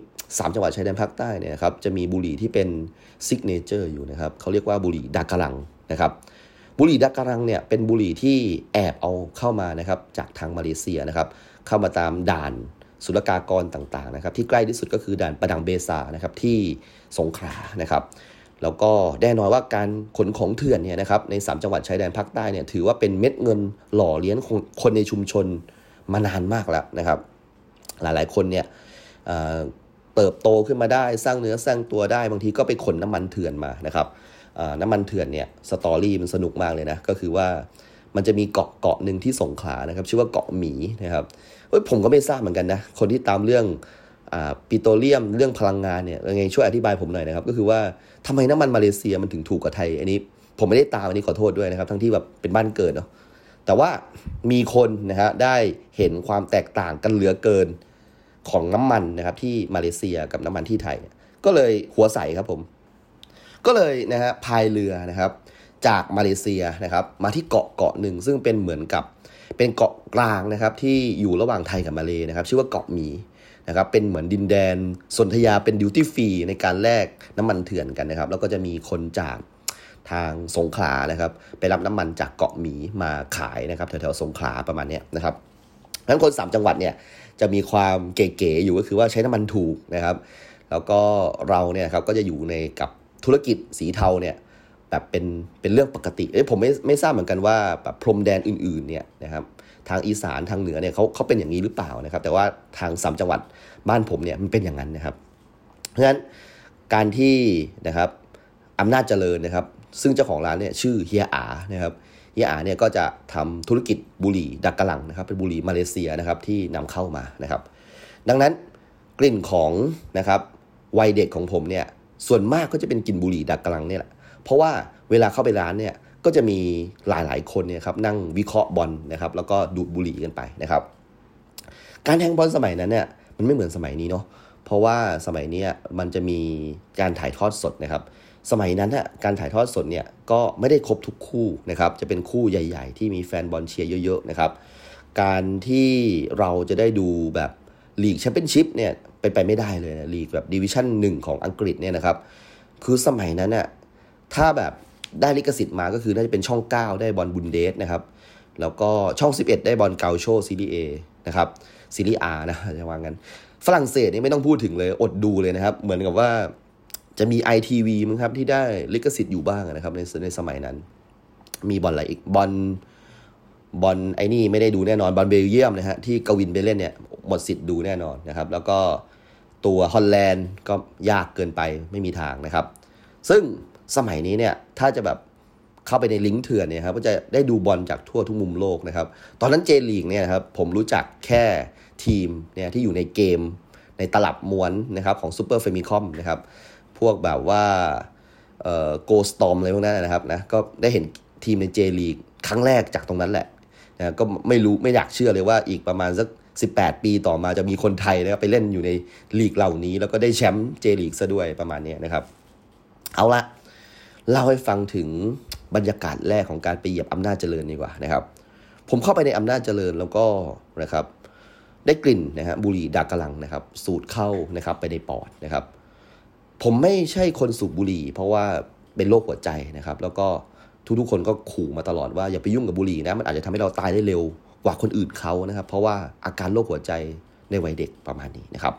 3จังหวัดชายแดนภาคใต้เนี่ยครับจะมีบุหรี่ที่เป็นซิกเนเจอร์อยู่นะครับเขาเรียกว่าบุหรี่ดากะลังนะครับบุหรี่ดากะลังเนี่ยเป็นบุหรี่ที่แอบเอาเข้ามานะครับจากทางมาเลเซียนะครับเข้ามาตามด่านศุลกากรต่างๆนะครับที่ใกล้ที่สุดก็คือด่านประดังเบซานะครับที่สงขลานะครับแล้วก็แน่นอนว่าการขนของเถื่อนเนี่ยนะครับใน3จังหวัดชายแดนภาคใต้เนี่ยถือว่าเป็นเม็ดเงินหล่อเลี้ยงคนในชุมชนมานานมากแล้วนะครับหลายๆคนเนี่ยเติบโตขึ้นมาได้สร้างเนื้อสร้างตัวได้บางทีก็ไปขนน้ำมันเถื่อนมานะครับน้ำมันเถื่อนเนี่ยสตอรี่มันสนุกมากเลยนะก็คือว่ามันจะมีเกาะหนึ่งที่สงขลานะครับชื่อว่าเกาะหมีนะครับผมก็ไม่ทราบเหมือนกันนะคนที่ตามเรื่องปิโตรเลียมเรื่องพลังงานเนี่ยยังไงช่วยอธิบายผมหน่อยนะครับก็คือว่าทำไมน้ำมันมาเลเซียมันถึงถูกกว่าไทยอันนี้ผมไม่ได้ตามอันนี้ขอโทษด้วยนะครับทั้งที่แบบเป็นบ้านเกิดเนาะแต่ว่ามีคนนะฮะได้เห็นความแตกต่างกันเหลือเกินของน้ำมันนะครับที่มาเลเซียกับน้ำมันที่ไทยก็เลยหัวใสครับผมก็เลยนะฮะพายเรือนะครับจากมาเลเซียนะครับมาที่เกาะหนึ่งซึ่งเป็นเหมือนกับเป็นเกาะกลางนะครับที่อยู่ระหว่างไทยกับมาเลนะครับชื่อว่าเกาะหมีนะครับเป็นเหมือนดินแดนสนธยาเป็นดิวตี้ฟรีในการแลกน้ำมันเถื่อนกันนะครับแล้วก็จะมีคนจากทางสงขลานะครับไปรับน้ำมันจากเกาะหมีมาขายนะครับแถวๆสงขลาประมาณนี้นะครับทั้งคน3จังหวัดเนี่ยจะมีความเก๋ๆอยู่ก็คือว่าใช้น้ำมันถูกนะครับแล้วก็เราเนี่ยครับก็จะอยู่ในกับธุรกิจสีเทาเนี่ยแบบเป็นเรื่องปกติผมไม่ทราบเหมือนกันว่าแบบพรมแดนอื่นๆเนี่ยนะครับทางอีสานทางเหนือเนี่ยเขาเป็นอย่างนี้หรือเปล่านะครับแต่ว่าทาง3จังหวัดบ้านผมเนี่ยมันเป็นอย่างนั้นนะครับเพราะฉะนั้นการที่นะครับอำนาจเจริญนะครับซึ่งเจ้าของร้านเนี่ยชื่อเฮียอานะครับเฮียอาเนี่ยก็จะทำธุรกิจบุหรี่ดักกะลังนะครับเป็นบุหรี่มาเลเซียนะครับที่นำเข้ามานะครับดังนั้นกลิ่นของนะครับวัยเด็กของผมเนี่ยส่วนมากก็จะเป็นกลิ่นบุหรี่ดักกะลังเนี่ยแหละเพราะว่าเวลาเข้าไปร้านเนี่ยก็จะมีหลายๆคนเนี่ยครับนั่งวิเคราะห์บอลนะครับแล้วก็ดูดบุหรี่กันไปนะครับการแทงบอลสมัยนั้นเนี่ยมันไม่เหมือนสมัยนี้เนาะเพราะว่าสมัยนี้มันจะมีการถ่ายทอดสดนะครับสมัยนั้นการถ่ายทอดสดเนี่ยก็ไม่ได้ครบทุกคู่นะครับจะเป็นคู่ใหญ่ๆที่มีแฟนบอลเชียร์เยอะๆนะครับการที่เราจะได้ดูแบบลีกแชมเปี้ยนชิพเนี่ยไปไม่ได้เลยนะลีกแบบดิวิชั่น1ของอังกฤษเนี่ยนะครับคือสมัยนั้นถ้าแบบได้ลิขสิทธิ์มาก็คือน่าจะเป็นช่อง9ได้บอลบุนเดสนะครับแล้วก็ช่อง11ได้บอลเกาโชซีรีเอนะครับซีรีอานะจะว่างั้นฝรั่งเศสนี่ไม่ต้องพูดถึงเลยอดดูเลยนะครับเหมือนกับว่าจะมี ITV มั้งครับที่ได้ลิขสิทธิ์อยู่บ้างนะครับในสมัยนั้นมีบอลอะไรอีกบอลไอ้นี่ไม่ได้ดูแน่นอนบอลเบลเยียมนะฮะที่กวินไปเล่นเนี่ยหมดสิทธิ์ดูแน่นอนนะครับแล้วก็ตัวฮอลแลนด์ก็ยากเกินไปไม่มีทางนะครับซึ่งสมัยนี้เนี่ยถ้าจะแบบเข้าไปในลิงก์เถื่อนเนี่ยครับก็จะได้ดูบอลจากทั่วทุกมุมโลกนะครับตอนนั้นเจลีกเนี่ยครับผมรู้จักแค่ทีมเนี่ยที่อยู่ในเกมในตลับม้วนนะครับของซูเปอร์เฟมิคอมนะครับพวกแบบว่าโกสตอมอะไรพวกนั้นนะครับนะก็ได้เห็นทีมในเจลีกครั้งแรกจากตรงนั้นแหละนะก็ไม่อยากเชื่อเลยว่าอีกประมาณสัก18ปีต่อมาจะมีคนไทยนะครับไปเล่นอยู่ในลีกเหล่านี้แล้วก็ได้แชมป์เจลีกซะด้วยประมาณนี้นะครับเอาละเล่าให้ฟังถึงบรรยากาศแรกของการไปเหยียบอำนาจเจริญดีกว่านะครับผมเข้าไปในอำนาจเจริญแล้วก็นะครับได้กลิ่นนะฮะบุหรี่ดากะลังนะครับสูดเข้านะครับไปในปอดนะครับผมไม่ใช่คนสูบบุหรี่เพราะว่าเป็นโรคหัวใจนะครับแล้วก็ทุกคนก็ขู่มาตลอดว่าอย่าไปยุ่งกับบุหรี่นะมันอาจจะทำให้เราตายได้เร็วกว่าคนอื่นเขานะครับเพราะว่าอาการโรคหัวใจในวัยเด็กประมาณนี้นะครับ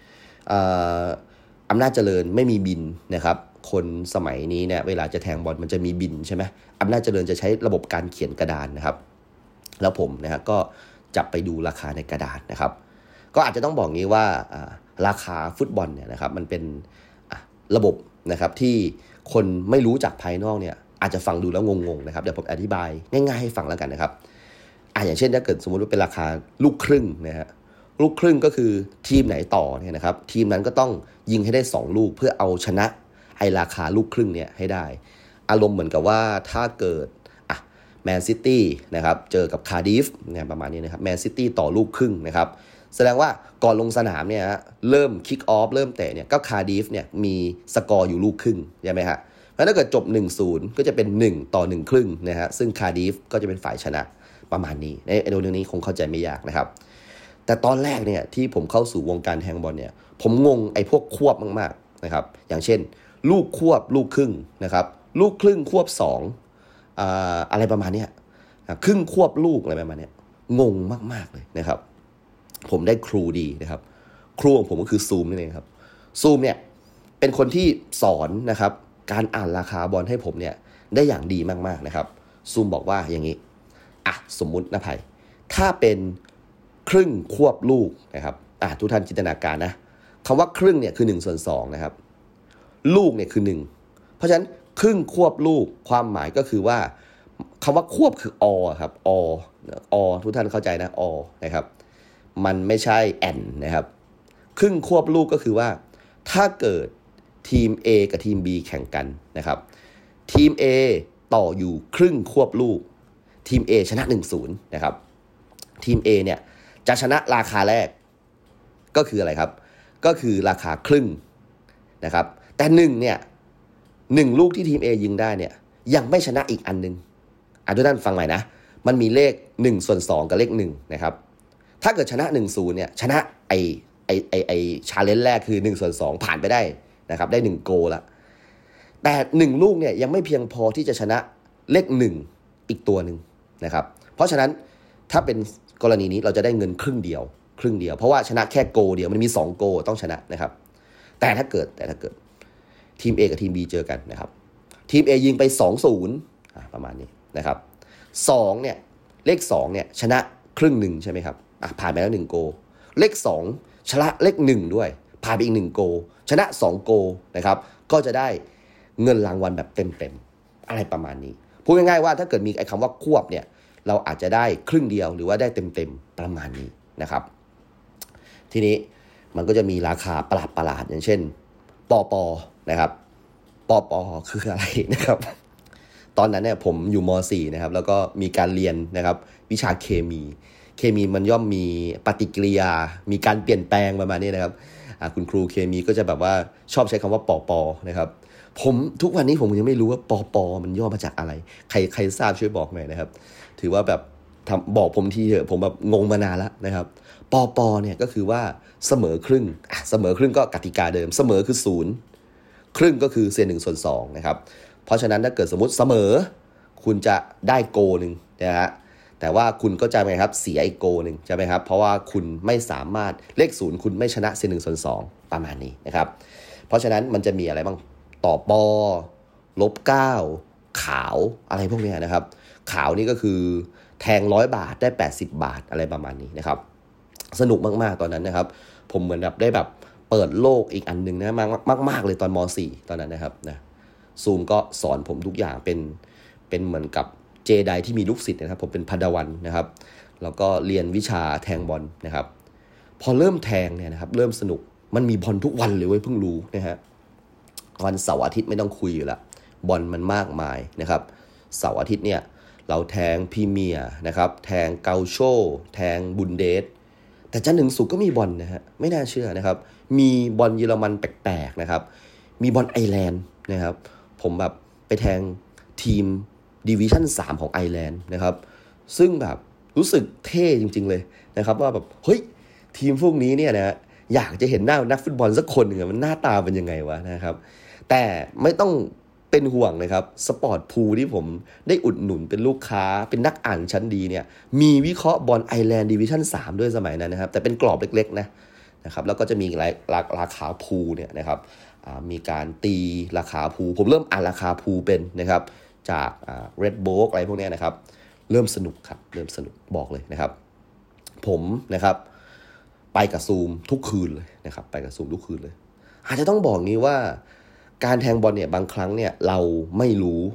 อำนาจเจริญไม่มีบินนะครับคนสมัยนี้เนี่ยเวลาจะแทงบอลมันจะมีบินใช่ไหมอำนาจเจริญจะใช้ระบบการเขียนกระดานนะครับแล้วผมนะฮะก็จับไปดูราคาในกระดานนะครับก็อาจจะต้องบอกงี้ว่าราคาฟุตบอลเนี่ยนะครับมันเป็นระบบนะครับที่คนไม่รู้จากภายนอกเนี่ยอาจจะฟังดูแล้วงงๆนะครับเดี๋ยวผมอธิบายง่ายๆให้ฟังแล้วกันนะครับอย่างเช่นถ้าเกิดสมมติว่าเป็นราคาลูกครึ่งนะฮะลูกครึ่งก็คือทีมไหนต่อเนี่ยนะครับทีมนั้นก็ต้องยิงให้ได้2ลูกเพื่อเอาชนะไอ้ราคาลูกครึ่งเนี่ยให้ได้อารมณ์เหมือนกับว่าถ้าเกิดแมนซิตี้นะครับเจอกับคาร์ดิฟเนี่ยประมาณนี้นะครับแมนซิตี้ต่อลูกครึ่งนะครับแสดงว่าก่อนลงสนามเนี่ยเริ่มคิกออฟเริ่มเตะเนี่ยก็คาร์ดิฟเนี่ยมีสกอร์อยู่ลูกครึ่งใช่ไหมฮะแล้วถ้าเกิดจบ 1-0 ก็จะเป็น1ต่อ1ครึ่งนะฮะซึ่งคาร์ดิฟก็จะเป็นฝ่ายชนะประมาณนี้ในเรื่องนี้คงเข้าใจไม่ยากนะครับแต่ตอนแรกเนี่ยที่ผมเข้าสู่วงการแทงบอลเนี่ยผมงงไอ้พวกควบมากๆนะครับอย่างเช่นลูกควบลูกครึ่งนะครับลูกครึ่งควบ2อะไรประมาณนี้ครึ่งควบลูกอะไรประมาณนี้งงมากๆเลยนะครับผมได้ครูดีนะครับครูของผมก็คือซูมนี่เองครับซูมเนี่ยเป็นคนที่สอนนะครับการอ่านราคาบอลให้ผมเนี่ยได้อย่างดีมากๆนะครับซูมบอกว่าอย่างนี้สมมุตินะไผ่ถ้าเป็นครึ่งควบลูกนะครับทุกท่านจินตนาการนะคำว่าครึ่งเนี่ยคือ1/2นะครับลูกเนี่ยคือ1เพราะฉะนั้นครึ่งควบลูกความหมายก็คือว่าคำว่าควบคือครับทุกท่านเข้าใจนะนะครับมันไม่ใช่แอนนะครับครึ่งควบลูกก็คือว่าถ้าเกิดทีม A กับทีม B แข่งกันนะครับทีม A ต่ออยู่ครึ่งควบลูกทีม A ชนะ 1-0 นะครับทีม A เนี่ยจะชนะราคาแรกก็คืออะไรครับก็คือราคาครึ่งนะครับแต่1เนี่ย1ลูกที่ทีม A ยิงได้เนี่ยยังไม่ชนะอีกอันนึงทุกท่านฟังใหม่นะมันมีเลข1/2กับเลข1นะครับถ้าเกิดชนะ 1-0 เนี่ยชนะไอชาเลนจ์แรกคือ1/2ผ่านไปได้นะครับได้1โกลละแต่1ลูกเนี่ยยังไม่เพียงพอที่จะชนะเลข1อีกตัวนึงนะครับเพราะฉะนั้นถ้าเป็นกรณีนี้เราจะได้เงินครึ่งเดียวเพราะว่าชนะแค่โกเดียวมันมี2โกต้องชนะนะครับแต่ถ้าเกิดทีม A กับทีม B เจอกันนะครับทีม A ยิงไป 2-0 ประมาณนี้นะครับ2เนี่ยเลข2เนี่ยชนะครึ่งหนึ่งใช่ไหมครับผ่านไปแล้ว1โกเลข2ชนะเลข1ด้วยผ่านไปอีก1โกชนะ2โกนะครับก็จะได้เงินรางวัลแบบเต็มๆอะไรประมาณนี้พูดง่ายๆว่าถ้าเกิดมีไอ้คำว่าควบเนี่ยเราอาจจะได้ครึ่งเดียวหรือว่าได้เต็มๆประมาณนี้นะครับทีนี้มันก็จะมีราคาประหลาดอย่างเช่นปอนะครับปอคืออะไรนะครับตอนนั้นเนี่ยผมอยู่ม.4 นะครับแล้วก็มีการเรียนนะครับวิชาเคมีมันย่อมมีปฏิกิริยามีการเปลี่ยนแปลงประมาณนี้นะครับคุณครูเคมีก็จะแบบว่าชอบใช้คำว่าปอนะครับผมทุกวันนี้ผมยังไม่รู้ว่าปอมันย่อมาจากอะไรใครทราบช่วยบอกหน่อยนะครับถือว่าแบบบอกผมทีเถอะผมแบบงงมานานแล้วนะครับปอเนี่ยก็คือว่าเสมอครึ่งเสมอครึ่งก็กติกาเดิมเสมอคือ0ครึ่งก็คือเศษ1/2นะครับเพราะฉะนั้นถ้าเกิดสมมติเสมอคุณจะได้โกนึงนะฮะแต่ว่าคุณก็จะไงครับเสียอีกโกนึงใช่ไหมครับเพราะว่าคุณไม่สามารถเลข0คุณไม่ชนะเศษ1/2ประมาณนี้นะครับเพราะฉะนั้นมันจะมีอะไรบ้างต่อปอ-9ขาวอะไรพวกนี้นะครับขาวนี่ก็คือแทง100 บาทได้80 บาทอะไรประมาณนี้นะครับสนุกมากๆตอนนั้นนะครับผมเหมือนแบบได้แบบเปิดโลกอีกอันนึงนะมากเลยตอนม.4 ตอนนั้นนะครับนะซูมก็สอนผมทุกอย่างเป็นเหมือนกับเจไดที่มีลูกศิษย์นะครับผมเป็นพาดาวันนะครับแล้วก็เรียนวิชาแทงบอลนะครับพอเริ่มแทงเนี่ยนะครับเริ่มสนุกมันมีบอลทุกวันเลยเว้ยเพิ่งรู้นะฮะวันเสาร์อาทิตย์ไม่ต้องคุยอยู่ละบอลมันมากมายนะครับเสาร์อาทิตย์เนี่ยเราแทงพรีเมียร์นะครับแทงเกาโชแทงบุนเดสแต่จันทร์ถึงศุกร์ก็มีบอลนะฮะไม่น่าเชื่อนะครับมีบอลเยอรมันแปลกๆนะครับมีบอลไอร์แลนด์นะครับผมแบบไปแทงทีมดิวิชั่น3ของไอร์แลนด์นะครับซึ่งแบบรู้สึกเท่จริงๆเลยนะครับว่าแบบเฮ้ยทีมพวกนี้เนี่ยนะอยากจะเห็นหน้านักฟุตบอลสักคนหนึ่งมันหน้าตาเป็นยังไงวะนะครับแต่ไม่ต้องเป็นห่วงนะครับสปอร์ตพูลที่ผมได้อุดหนุนเป็นลูกค้าเป็นนักอ่านชั้นดีเนี่ยมีวิเคราะห์บอลไอร์แลนด์ดิวิชั่น3ด้วยสมัยนั้นนะครับแต่เป็นกรอบเล็กๆนะครับแล้วก็จะมีราคาพูลเนี่ยนะครับมีการตีราคาพูลผมเริ่มอ่านราคาพูลเป็นนะครับจากRed Book อะไรพวกนี้นะครับเริ่มสนุกครับเริ่มสนุกบอกเลยนะครับผมนะครับไปกับซูมทุกคืนเลยนะครับไปกับซูมทุกคืนเลยอาจจะต้องบอกงี้ว่าการแทงบอลเนี่ยบางครั้งเนี่ยเราไม่รู้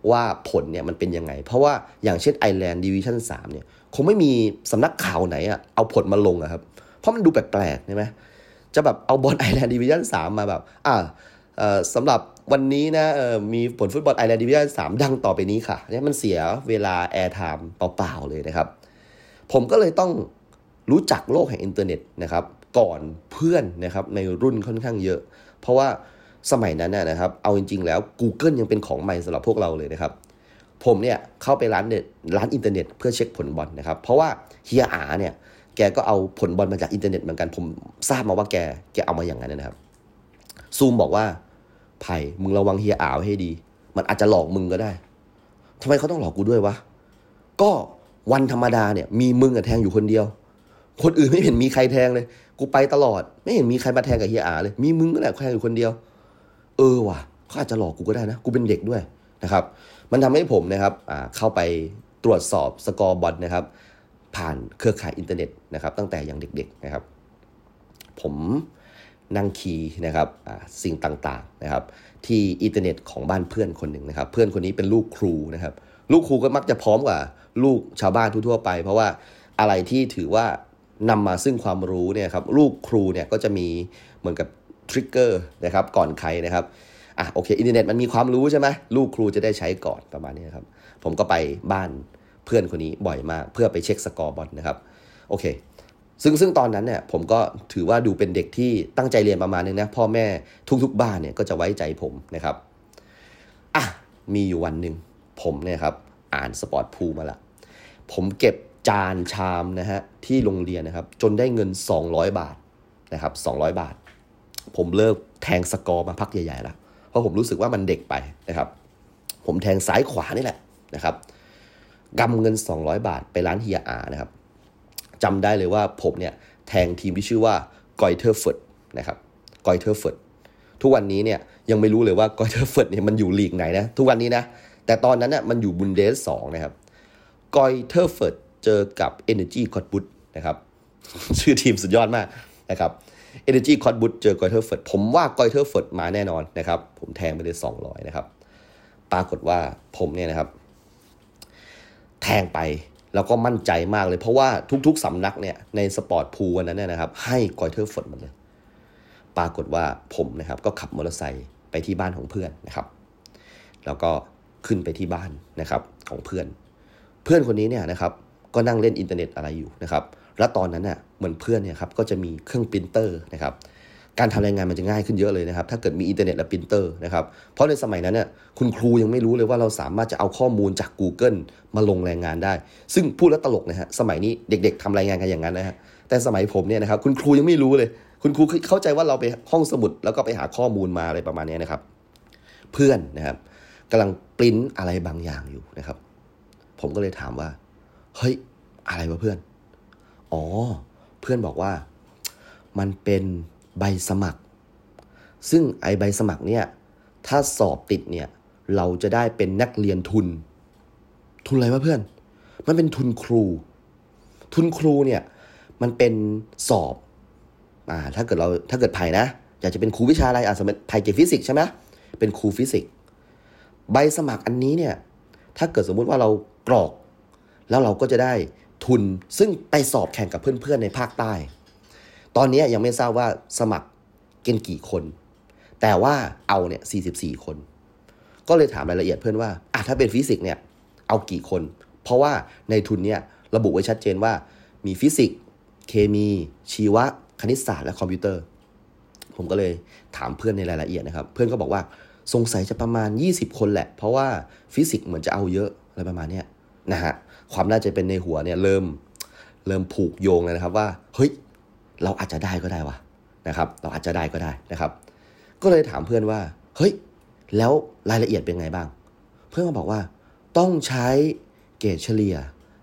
ว่าผลเนี่ยมันเป็นยังไงเพราะว่าอย่างเช่น Ireland Division 3เนี่ยคงไม่มีสำนักข่าวไหนเอาผลมาลงครับเพราะมันดูแปลกๆใช่ไหมจะแบบเอาบอล Ireland Division 3มาแบบสำหรับวันนี้นะมีผลฟุตบอล Ireland Division 3ดังต่อไปนี้ค่ะเนี่ยมันเสียเวลาแอร์ไทม์เปล่าๆเลยนะครับผมก็เลยต้องรู้จักโลกแห่งอินเทอร์เน็ตนะครับก่อนเพื่อนนะครับในรุ่นค่อนข้างเยอะเพราะว่าสมัยนั้นนะครับเอาจริงๆแล้ว Google ยังเป็นของใหม่สำหรับพวกเราเลยนะครับผมเนี่ยเข้าไปร้านอินเทอร์เน็ตเพื่อเช็คผลบอลนะครับเพราะว่าเฮียอาเนี่ยแกก็เอาผลบอลมาจากอินเทอร์เน็ตเหมือนกันผมทราบมาว่าแกเอามาอย่างนั้นนะครับซูมบอกว่าไผ่มึงระวังเฮียอาไว้ให้ดีมันอาจจะหลอกมึงก็ได้ทำไมเขาต้องหลอกกูด้วยวะก็วันธรรมดาเนี่ยมีมึงแทงอยู่คนเดียวคนอื่นไม่เห็นมีใครแทงเลยกูไปตลอดไม่เห็นมีใครมาแทงกับเฮียอาเลยมีมึงก็แหละแทงอยู่คนเดียวว่ะเขาอาจจะหลอกกูก็ได้นะกูเป็นเด็กด้วยนะครับมันทำให้ผมนะครับเข้าไปตรวจสอบสกอร์บอลนะครับผ่านเครือข่ายอินเทอร์เน็ตนะครับตั้งแต่ยังเด็กๆนะครับผมนั่งคีย์นะครับสิ่งต่างๆนะครับที่อินเทอร์เน็ตของบ้านเพื่อนคนหนึ่งนะครับเพื่อนคนนี้เป็นลูกครูนะครับลูกครูก็มักจะพร้อมกว่าลูกชาวบ้านทั่วๆไปเพราะว่าอะไรที่ถือว่านำมาซึ่งความรู้เนี่ยครับลูกครูเนี่ยก็จะมีเหมือนกับทริกเกอร์นะครับก่อนใครนะครับโอเคอินเทอร์เน็ตมันมีความรู้ใช่ไหมลูกครูจะได้ใช้ก่อนประมาณนี้ครับผมก็ไปบ้านเพื่อนคนนี้บ่อยมากเพื่อไปเช็คสกอร์บอลนะครับโอเคซึ่งตอนนั้นเนี่ยผมก็ถือว่าดูเป็นเด็กที่ตั้งใจเรียนประมาณนึงนะพ่อแม่ทุกๆบ้านเนี่ยก็จะไว้ใจผมนะครับมีอยู่วันหนึ่งผมเนี่ยครับอ่านสปอร์ตพูลมาละผมเก็บจานชามนะฮะที่โรงเรียนนะครับจนได้เงิน200 บาทนะครับ200 บาทผมเลิกแทงสกอร์มาพักใหญ่ๆแล้วเพราะผมรู้สึกว่ามันเด็กไปนะครับผมแทงซ้ายขวานี่แหละนะครับกำเงิน200 บาทไปร้านเฮียอานะครับจำได้เลยว่าผมเนี่ยแทงทีมที่ชื่อว่ากอยเทอร์เฟิร์ดนะครับกอยเทอร์เฟิร์ดทุกวันนี้เนี่ยยังไม่รู้เลยว่ากอยเทอร์เฟิร์ดเนี่ยมันอยู่ลีกไหนนะทุกวันนี้นะแต่ตอนนั้นน่ะมันอยู่บุนเดส2นะครับกอยเทอร์เฟิร์ดเจอกับ Energy Cottbus นะครับชื่อทีมสุดยอดมากนะครับ Energy Cottbus เจอกอยเทอร์เฟิร์ดผมว่ากอยเทอร์เฟิร์ดมาแน่นอนนะครับผมแทงไปเลย200นะครับปรากฏว่าผมเนี่ยนะครับแทงไปแล้วก็มั่นใจมากเลยเพราะว่าทุกๆสำนักเนี่ยในสปอร์ตพูลวันนั้นเนี่ยนะครับให้กอยเทอร์เฟิร์ดหมดเลยปรากฏว่าผมนะครับก็ขับมอเตอร์ไซค์ไปที่บ้านของเพื่อนนะครับแล้วก็ขึ้นไปที่บ้านนะครับของเพื่อนคนนี้เนี่ยนะครับก็นั่งเล่นอินเทอร์เน็ตอะไรอยู่นะครับแล้วตอนนั้นน่ะเหมือนเพื่อนเนี่ยครับก็จะมีเครื่องปรินเตอร์นะครับการทำรายงานมันจะง่ายขึ้นเยอะเลยนะครับถ้าเกิดมีอินเทอร์เน็ตและปรินเตอร์นะครับเพราะในสมัยนั้นเนี่ยคุณครูยังไม่รู้เลยว่าเราสามารถจะเอาข้อมูลจาก Google มาลงรายงานได้ซึ่งพูดแล้วตลกนะฮะสมัยนี้เด็กๆทำรายงานกันอย่างนั้นนะฮะแต่สมัยผมเนี่ยนะครับคุณครูยังไม่รู้เลยคุณครูเข้าใจว่าเราไปห้องสมุดแล้วก็ไปหาข้อมูลมาอะไรประมาณนี้นะครับเพื่อนนะครับกำลังปริ้นอะไรบางอย่างอยู่นะครับผมก็เลยถามว่าเฮ้ยอะไรวะเพื่อนเพื่อนบอกว่ามันเป็นใบสมัครซึ่งไอใบสมัครเนี่ยถ้าสอบติดเนี่ยเราจะได้เป็นนักเรียนทุนอะไรวะเพื่อนมันเป็นทุนครูเนี่ยมันเป็นสอบถ้าเกิดไผ่นะอยากจะเป็นครูวิชาอะไรสมมติไผ่เกี่ยวฟิสิกส์ใช่ไหมเป็นครูฟิสิกส์ใบสมัครอันนี้เนี่ยถ้าเกิดสมมุติว่าเรากรอกแล้วเราก็จะได้ทุนซึ่งไปสอบแข่งกับเพื่อนๆในภาคใต้ตอนนี้ยังไม่ทราบว่าสมัครเกณฑ์กี่คนแต่ว่าเอาเนี่ย44 คนก็เลยถามรายละเอียดเพื่อนว่าถ้าเป็นฟิสิกส์เนี่ยเอากี่คนเพราะว่าในทุนเนี่ยระบุไว้ชัดเจนว่ามีฟิสิกส์เคมีชีวะคณิตศาสตร์และคอมพิวเตอร์ผมก็เลยถามเพื่อนในรายละเอียดนะครับเพื่อนก็บอกว่าสงสัยจะประมาณ20 คนแหละเพราะว่าฟิสิกส์เหมือนจะเอาเยอะอะไรประมาณนี้นะฮะความน่าจะเป็นในหัวเนี่ยเริ่มผูกโยงเลยนะครับว่าเฮ้ยเราอาจจะได้ก็ได้วะนะครับเราอาจจะได้ก็ได้นะครับก็เลยถามเพื่อนว่าเฮ้ยแล้วรายละเอียดเป็นไงบ้างเพื่อนก็บอกว่าต้องใช้เกรดเฉลี่ย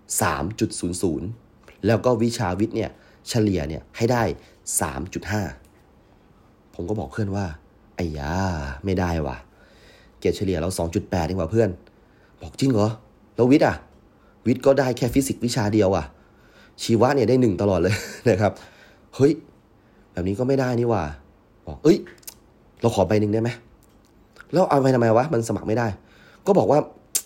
3.00 แล้วก็วิชาวิทย์เนี่ยเฉลี่ยเนี่ยให้ได้ 3.5 ผมก็บอกเพื่อนว่าไอ้ยาไม่ได้ว่ะเกรดเฉลี่ยเรา 2.8 ดีกว่าเพื่อนบอกจริงเหรอแล้ววิทย์ก็ได้แค่ฟิสิกส์วิชาเดียวชีวะเนี่ยได้1ตลอดเลยนะครับเฮ้ยแบบนี้ก็ไม่ได้นี่ว่าบอกเราขอใบนึงได้ไหมแล้วเอาไปทำไมวะมันสมัครไม่ได้ก็บอกว่า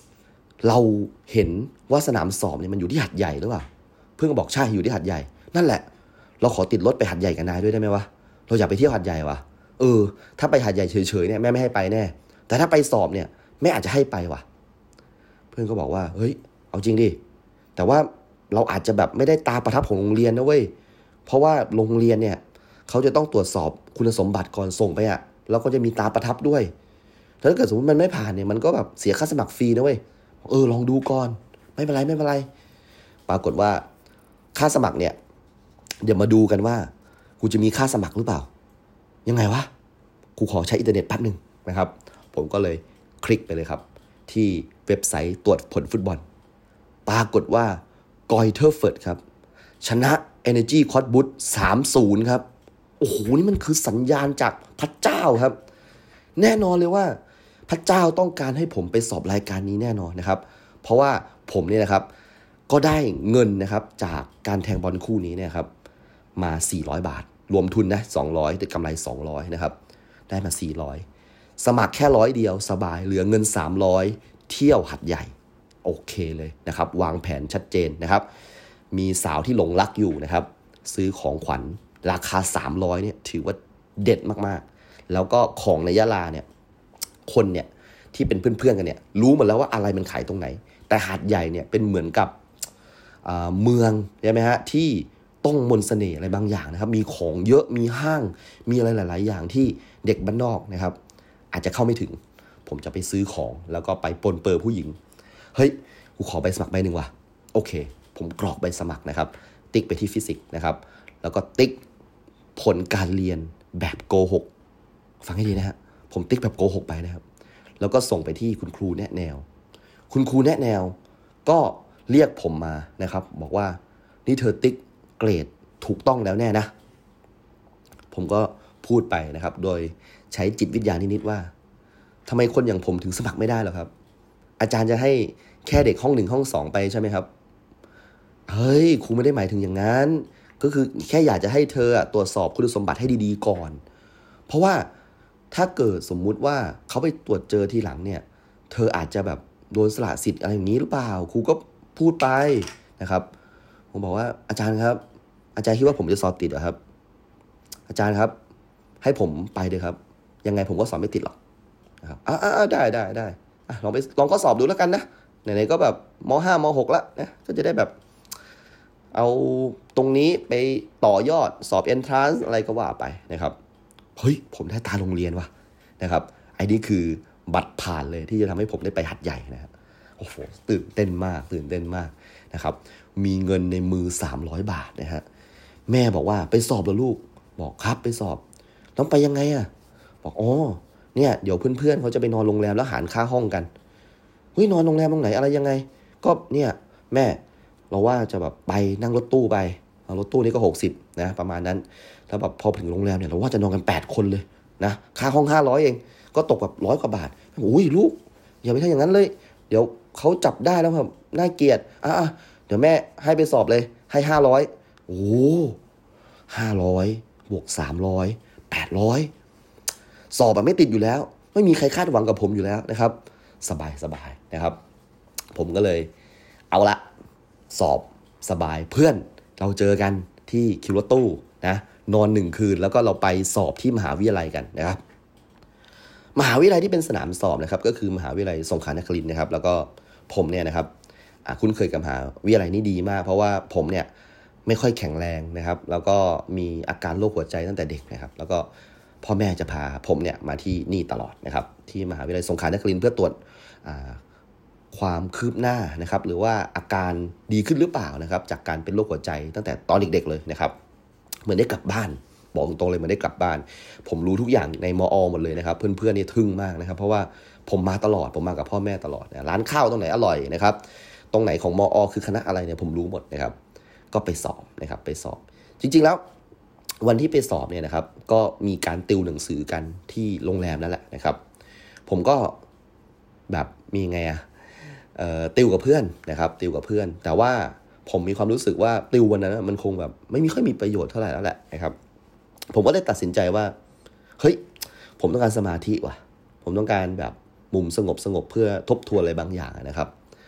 เราเห็นว่าสนามสอบเนี่ยมันอยู่ที่หัดใหญ่หรือเปล่าเพื่อนก็บอกใช่อยู่ที่หัดใหญ่นั่นแหละเราขอติดรถไปหัดใหญ่กับนายด้วยได้ไหมวะเราอยากไปเที่ยวหัดใหญ่วะถ้าไปหัดใหญ่เฉยๆเนี่ยแม่ไม่ให้ไปแน่แต่ถ้าไปสอบเนี่ยแม่อาจจะให้ไปว่ะเพื่อนก็บอกว่าเฮ้ยเอาจริงดิแต่ว่าเราอาจจะแบบไม่ได้ตาประทับของโรงเรียนนะเว้ยเพราะว่าโรงเรียนเนี่ยเขาจะต้องตรวจสอบคุณสมบัติก่อนส่งไปอ่ะแล้วก็จะมีตาประทับด้วยถ้าเกิดสมมติมันไม่ผ่านเนี่ยมันก็แบบเสียค่าสมัครฟรีนะเว้ยลองดูก่อนไม่เป็นไรปรากฏว่าค่าสมัครเนี่ยเดี๋ยวมาดูกันว่ากูจะมีค่าสมัครหรือเปล่ายังไงวะกูขอใช้อินเทอร์เน็ตแป๊บนึงนะครับผมก็เลยคลิกไปเลยครับที่เว็บไซต์ตรวจผลฟุตบอลปรากฏว่ากอยเทอร์เฟิร์ดครับชนะ Energy Cottbus 3-0 ครับโอ้โหนี่มันคือสัญญาณจากพระเจ้าครับแน่นอนเลยว่าพระเจ้าต้องการให้ผมไปสอบรายการนี้แน่นอนนะครับเพราะว่าผมเนี่ยนะครับก็ได้เงินนะครับจากการแทงบอลคู่นี้เนี่ยครับมา400 บาทรวมทุนนะ200ได้กำไร200นะครับได้มา400สมัครแค่100เดียวสบายเหลือเงิน300เที่ยวหัดใหญ่โอเคเลยนะครับวางแผนชัดเจนนะครับมีสาวที่หลงรักอยู่นะครับซื้อของขวัญราคา300เนี่ยถือว่าเด็ดมากๆแล้วก็ของในยะลาเนี่ยคนเนี่ยที่เป็นเพื่อนๆกันเนี่ยรู้หมดแล้วว่าอะไรมันขายตรงไหนแต่หาดใหญ่เนี่ยเป็นเหมือนกับเมืองใช่ไหมฮะที่ต้องมนต์เสน่ห์อะไรบางอย่างนะครับมีของเยอะมีห้างมีอะไรหลายๆอย่างที่เด็กบ้านนอกนะครับอาจจะเข้าไม่ถึงผมจะไปซื้อของแล้วก็ไปปนเปื้อผู้หญิงเฮ้ยกูขอใบสมัครใบหนึ่งว่ะโอเคผมกรอกใบสมัครนะครับติ๊กไปที่ฟิสิกส์นะครับแล้วก็ติ๊กผลการเรียนแบบโกหกฟังให้ดีนะฮะผมติ๊กแบบโกหกไปนะครับแล้วก็ส่งไปที่คุณครูแนะแนวคุณครูแนะแนวก็เรียกผมมานะครับบอกว่านี่เธอติ๊กเกรดถูกต้องแล้วแน่นะผมก็พูดไปนะครับโดยใช้จิตวิทยานิดๆว่าทำไมคนอย่างผมถึงสมัครไม่ได้หรอครับอาจารย์จะให้แค่เด็กห้อง1ห้อง2ไปใช่ไหมครับเฮ้ยครูไม่ได้หมายถึงอย่างนั้นก็คือแค่อยากจะให้เธอตรวจสอบคุณสมบัติให้ดีๆก่อนเพราะว่าถ้าเกิดสมมุติว่าเขาไปตรวจเจอทีหลังเนี่ยเธออาจจะแบบโดนสละสิทธิ์อะไรอย่างนี้หรือเปล่าครูก็พูดไปนะครับผมบอกว่าอาจารย์ครับอาจารย์คิดว่าผมจะสอบติดเหรอครับอาจารย์ครับให้ผมไปเลยครับยังไงผมก็สอบไม่ติดหรอกนะครับได้ลองก็สอบดูแล้วกันนะไหนๆก็แบบม.5 ม.6 ละนะก็จะได้แบบเอาตรงนี้ไปต่อยอดสอบ entrance อะไรก็ว่าไปนะครับเฮ้ยผมได้ตาโรงเรียนว่ะนะครับไอ้นี่คือบัตรผ่านเลยที่จะทำให้ผมได้ไปหัดใหญ่นะครับโอ้โหตื่นเต้นมากนะครับมีเงินในมือ300 บาทนะฮะแม่บอกว่าไปสอบเหรอลูกบอกครับไปสอบแล้วไปยังไงบอกเนี่ยเดี๋ยวเพื่อนๆเขาจะไปนอนโรงแรมแล้วหารค่าห้องกันเฮ้ยนอนโรงแรมตรงไหนอะไรยังไงก็เนี่ยแม่เราว่าจะแบบไปนั่งรถตู้ไปรถตู้นี่ก็60นะประมาณนั้นแล้วแบบพอถึงโรงแรมเนี่ยเราว่าจะนอนกัน8คนเลยนะค่าห้อง500เองก็ตกแบบ100 กว่าบาทอุ้ยลูกอย่าไปทำอย่างนั้นเลยเดี๋ยวเขาจับได้แล้วครับน่าเกลียดเดี๋ยวแม่ให้ไปสอบเลยให้500500บวก300 800สอบไม่ติดอยู่แล้วไม่มีใครคาดหวังกับผมอยู่แล้วนะครับสบายนะครับผมก็เลยเอาละสอบสบายเพื่อนเราเจอกันที่คิวรถตู้นะนอน1 คืนแล้วก็เราไปสอบที่มหาวิทยาลัยกันนะครับมหาวิทยาลัยที่เป็นสนามสอบนะครับก็คือมหาวิทยาลัยสงขลานครินทร์นะครับแล้วก็ผมเนี่ยนะครับคุ้นเคยกับมหาวิทยาลัยนี้ดีมากเพราะว่าผมเนี่ยไม่ค่อยแข็งแรงนะครับแล้วก็มีอาการโรคหัวใจตั้งแต่เด็กนะครับแล้วก็พ่อแม่จะพาผมเนี่ยมาที่นี่ตลอดนะครับที่มหาวิทยาลัยสงขลานครินทร์เพื่อตรวจความคืบหน้านะครับหรือว่าอาการดีขึ้นหรือเปล่านะครับจากการเป็นโรคหัวใจตั้งแต่ตอนเด็กๆเลยนะครับเหมือนได้กลับบ้านบอกตรงๆเลยเหมือนได้กลับบ้านผมรู้ทุกอย่างในมอ.หมดเลยนะครับเพื่อนๆนี่ทึ่งมากนะครับเพราะว่าผมมาตลอดผมมากับพ่อแม่ตลอดร้านข้าวตรงไหนอร่อยนะครับตรงไหนของมอ.คือคณะอะไรเนี่ยผมรู้หมดนะครับก็ไปสอบนะครับไปสอบจริงๆแล้ววันที่ไปสอบเนี่ยนะครับก็มีการติวหนังสือกันที่โรงแรมนั่นแหละนะครับผมก็แบบมีไงติวกับเพื่อนนะครับติวกับเพื่อนแต่ว่าผมมีความรู้สึกว่าติววันนั้นมันคงแบบไม่ค่อยมีประโยชน์เท่าไหร่แล้วแหละนะครับผมก็เลยตัดสินใจว่าเฮ้ยผมต้องการสมาธิว่ะผมต้องการแบบมุมสงบเพื่อทบทวนอะไรบางอย่างนะครับ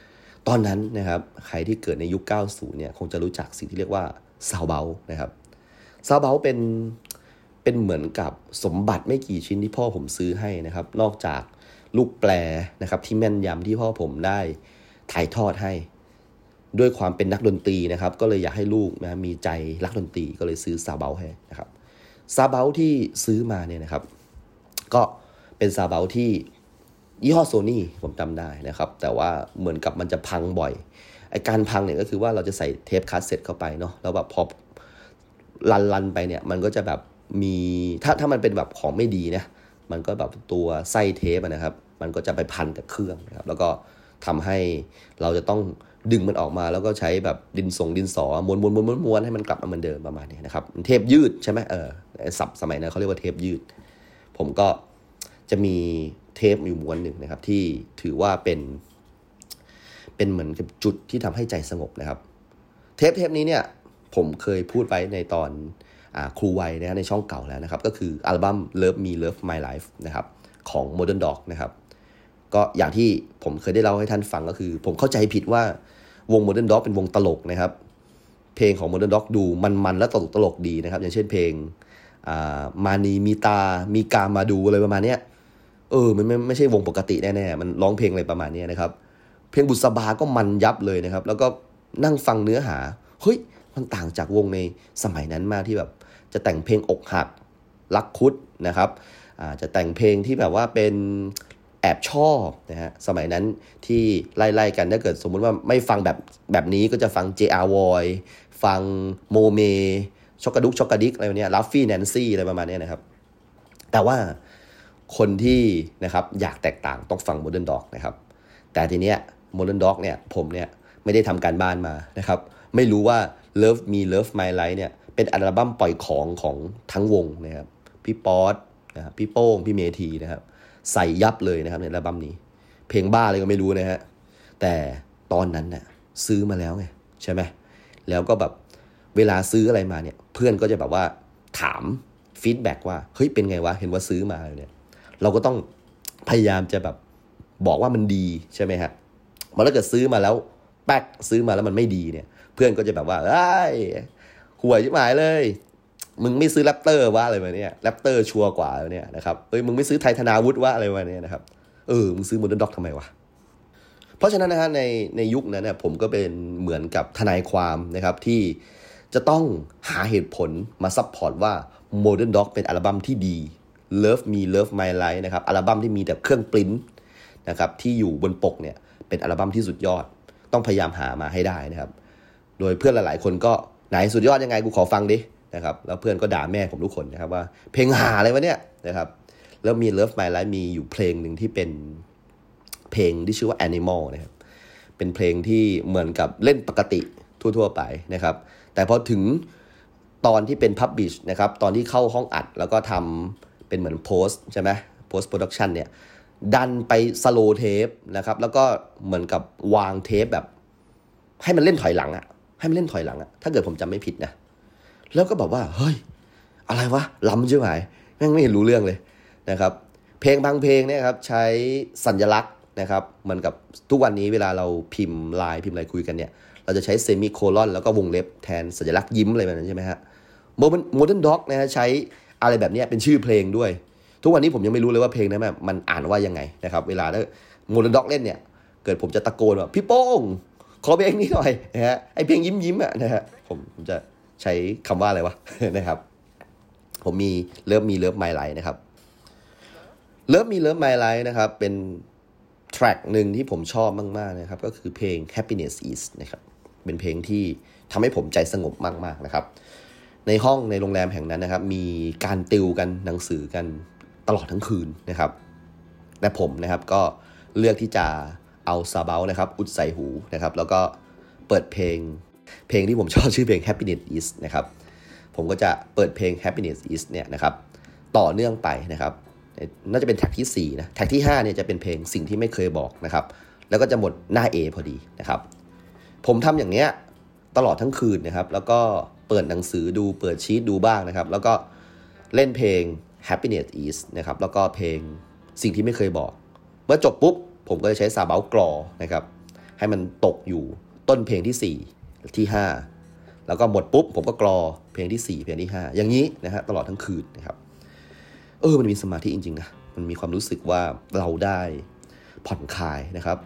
ตอนนั้นนะครับใครที่เกิดในยุค90เนี่ยคงจะรู้จักสิ่งที่เรียกว่าซาวเบลนะครับซาวเบลเป็นเหมือนกับสมบัติไม่กี่ชิ้นที่พ่อผมซื้อให้นะครับนอกจากลูกแปรนะครับที่แม่นยำที่พ่อผมได้ถ่ายทอดให้ด้วยความเป็นนักดนตรีนะครับก็เลยอยากให้ลูกนะมีใจรักดนตรีก็เลยซื้อซาวเบลให้นะครับซาวเบลที่ซื้อมาเนี่ยนะครับก็เป็นซาวเบลที่ยี่ห้อโซนี่ผมจำได้นะครับแต่ว่าเหมือนกับมันจะพังบ่อยไอการพังเนี่ยก็คือว่าเราจะใส่เทปคาสเซ็ตเข้าไปเนาะแล้วแบบพอลันไปเนี่ยมันก็จะแบบมีถ้ามันเป็นแบบของไม่ดีนะมันก็แบบตัวไส้เทปนะครับมันก็จะไปพันกับเครื่องนะครับแล้วก็ทำให้เราจะต้องดึงมันออกมาแล้วก็ใช้แบบดินสอม้วนให้มันกลับมาเหมือนเดิมประมาณนี้นะครับเทปยืดใช่ไหมศัพท์สมัยนั้นเขาเรียกว่าเทปยืดผมก็จะมีเทปอยู่ม้วนหนึ่งนะครับที่ถือว่าเป็นเหมือนกับจุดที่ทำให้ใจสงบนะครับเทปนี้เนี่ยผมเคยพูดไว้ในตอนครูวัยนะในช่องเก่าแล้วนะครับก็คืออัลบั้ม Love Me Love My Life นะครับของ Modern Dog นะครับก็อย่างที่ผมเคยได้เล่าให้ท่านฟังก็คือผมเข้าใจผิดว่าวง Modern Dog เป็นวงตลกนะครับเพลงของ Modern Dog ดูมันและตลกดีนะครับอย่างเช่นเพลงมานีมีตามีกามาดูอะไรประมาณนี้มันไม่ใช่วงปกติแน่ๆมันร้องเพลงอะไรประมาณนี้นะครับเพลงบุษบาก็มันยับเลยนะครับแล้วก็นั่งฟังเนื้อหาเฮ้ยมันต่างจากวงในสมัยนั้นมากที่แบบจะแต่งเพลงอกหักรักคุดนะครับจะแต่งเพลงที่แบบว่าเป็นแอบชอบนะฮะสมัยนั้นที่ไล่ๆกันถ้าเกิดสมมุติว่าไม่ฟังแบบนี้ก็จะฟัง J.R. Voy ฟังโมเมช็อกกระดิกอะไรแบบนี้ลัฟฟี่แนนซี่อะไรประมาณนี้นะครับแต่ว่าคนที่นะครับอยากแตกต่างต้องฟัง Modern Dog นะครับแต่ทีเนี้ย Modern Dog เนี่ยผมเนี่ยไม่ได้ทำการบ้านมานะครับไม่รู้ว่า Love Me Love My Life เนี่ยเป็นอัลบั้มปล่อยของทั้งวงนะครับพี่ป๊อตนะครับพี่โป้งพี่เมธีนะครับใส่ยับเลยนะครับในอัลบั้มนี้เพลงบ้าอะไรก็ไม่รู้นะฮะแต่ตอนนั้นน่ะซื้อมาแล้วไงใช่ไหมแล้วก็แบบเวลาซื้ออะไรมาเนี่ยเพื่อนก็จะแบบว่าถามฟีดแบ็กว่าเฮ้ยเป็นไงวะเห็นว่าซื้อมาเนี่ยเราก็ต้องพยายามจะแบบบอกว่ามันดีใช่ไหมฮะมันถ้าเกิดซื้อมาแล้วแป๊กซื้อมาแล้วมันไม่ดีเนี่ยเพื่อนก็จะแบบว่าห่วยชิบหายเลยมึงไม่ซื้อแรปเตอร์วะอะไรมาเนี่ยแรปเตอร์ชัวร์กว่าเนี่ยนะครับมึงไม่ซื้อไทธนาวุฒิวะอะไรมาเนี่ยนะครับมึงซื้อโมเดิร์นด็อกทำไมวะเพราะฉะนั้นนะฮะในยุคนั้นเนี่ยผมก็เป็นเหมือนกับทนายความนะครับที่จะต้องหาเหตุผลมาซัพพอร์ตว่า Modern Dog เป็นอัลบั้มที่ดี Love Me Love My Life นะครับอัลบั้มที่มีแต่เครื่องปริ้นนะครับที่อยู่บนปกเนี่ยเป็นอัลบั้มที่สุดยอดต้องพยายามหามาให้ได้นะครับโดยเพื่อนหลายๆคนก็ไหนสุดยอดยังไงกูขอฟังดินะครับแล้วเพื่อนก็ด่าแม่ผมทุกคนนะครับว่าเพลงหาอะไรวะเนี่ยนะครับแล้วมี Love My Life มีอยู่เพลงหนึ่งที่เป็นเพลงที่ชื่อว่า Animal นะครับเป็นเพลงที่เหมือนกับเล่นปกติทั่วๆไปนะครับแต่พอถึงตอนที่เป็น Publish นะครับตอนที่เข้าห้องอัดแล้วก็ทำเป็นเหมือนโพสใช่ไหมโพสต์โปรดักชันเนี่ยดันไปสโลว์เทปนะครับแล้วก็เหมือนกับวางเทปแบบให้มันเล่นถอยหลังให้มันเล่นถอยหลังถ้าเกิดผมจำไม่ผิดนะแล้วก็แบบว่าเฮ้ยอะไรวะล้ำใช่ไหมแม่งไม่เห็นรู้เรื่องเลยนะครับเพลงบางเพลงเนี่ยครับใช้สัญลักษณ์นะครับเหมือนกับทุกวันนี้เวลาเราพิมพ์ไลน์พิมพ์อะไรคุยกันเนี่ยเราจะใช้เซมิโคลอนแล้วก็วงเล็บแทนสัญลักษณ์ยิ้มอะไรแบบนั้นใช่ไหมฮะModern Dog นะฮะใช้อะไรแบบนี้เป็นชื่อเพลงด้วยทุกวันนี้ผมยังไม่รู้เลยว่าเพลงนั้นมันอ่านว่ายังไงนะครับเวลาถ้า Modern Dog เล่นเนี่ยเกิดผมจะตะโกนว่าพี่โป้งขอเพลงนี้หน่อยนะฮะไอเพลงยิ้มนะฮะผมจะใช้คำว่าอะไรวะ นะครับผมมีเริ่มมีเลิฟไมล์ไลน์นะครับเลิฟมีเลิฟไมล์ไลน์นะครับเป็นแทร็กหนึ่งที่ผมชอบมากๆนะครับก็คือเพลง Happiness Is นะครับเป็นเพลงที่ทำให้ผมใจสงบมากๆนะครับในห้องในโรงแรมแห่งนั้นนะครับมีการติวกันหนังสือกันตลอดทั้งคืนนะครับและผมนะครับก็เลือกที่จะเอาซาเบลนะครับอุดใส่หูนะครับแล้วก็เปิดเพลงที่ผมชอบชื่อเพลง Happiness Is นะครับผมก็จะเปิดเพลง Happiness Is เนี่ยนะครับต่อเนื่องไปนะครับน่าจะเป็นแท็กที่4นะแท็กที่5เนี่ยจะเป็นเพลงสิ่งที่ไม่เคยบอกนะครับแล้วก็จะหมดหน้า A พอดีนะครับผมทำอย่างเนี้ยตลอดทั้งคืนนะครับแล้วก็เปิดหนังสือดูเปิดชีทดูบ้างนะครับแล้วก็เล่นเพลง Happiness Is นะครับแล้วก็เพลงสิ่งที่ไม่เคยบอกเมื่อจบปุ๊บผมก็จะใช้ซาเบลกรอนะครับให้มันตกอยู่ต้นเพลงที่4ที่5แล้วก็หมดปุ๊บผมก็กรอเพลงที่4เพลงที่5อย่างนี้นะฮะตลอดทั้งคืนนะครับมันมีสมาธิจริงๆนะมันมีความรู้สึกว่าเราได้ผ่อนคลายนะครับ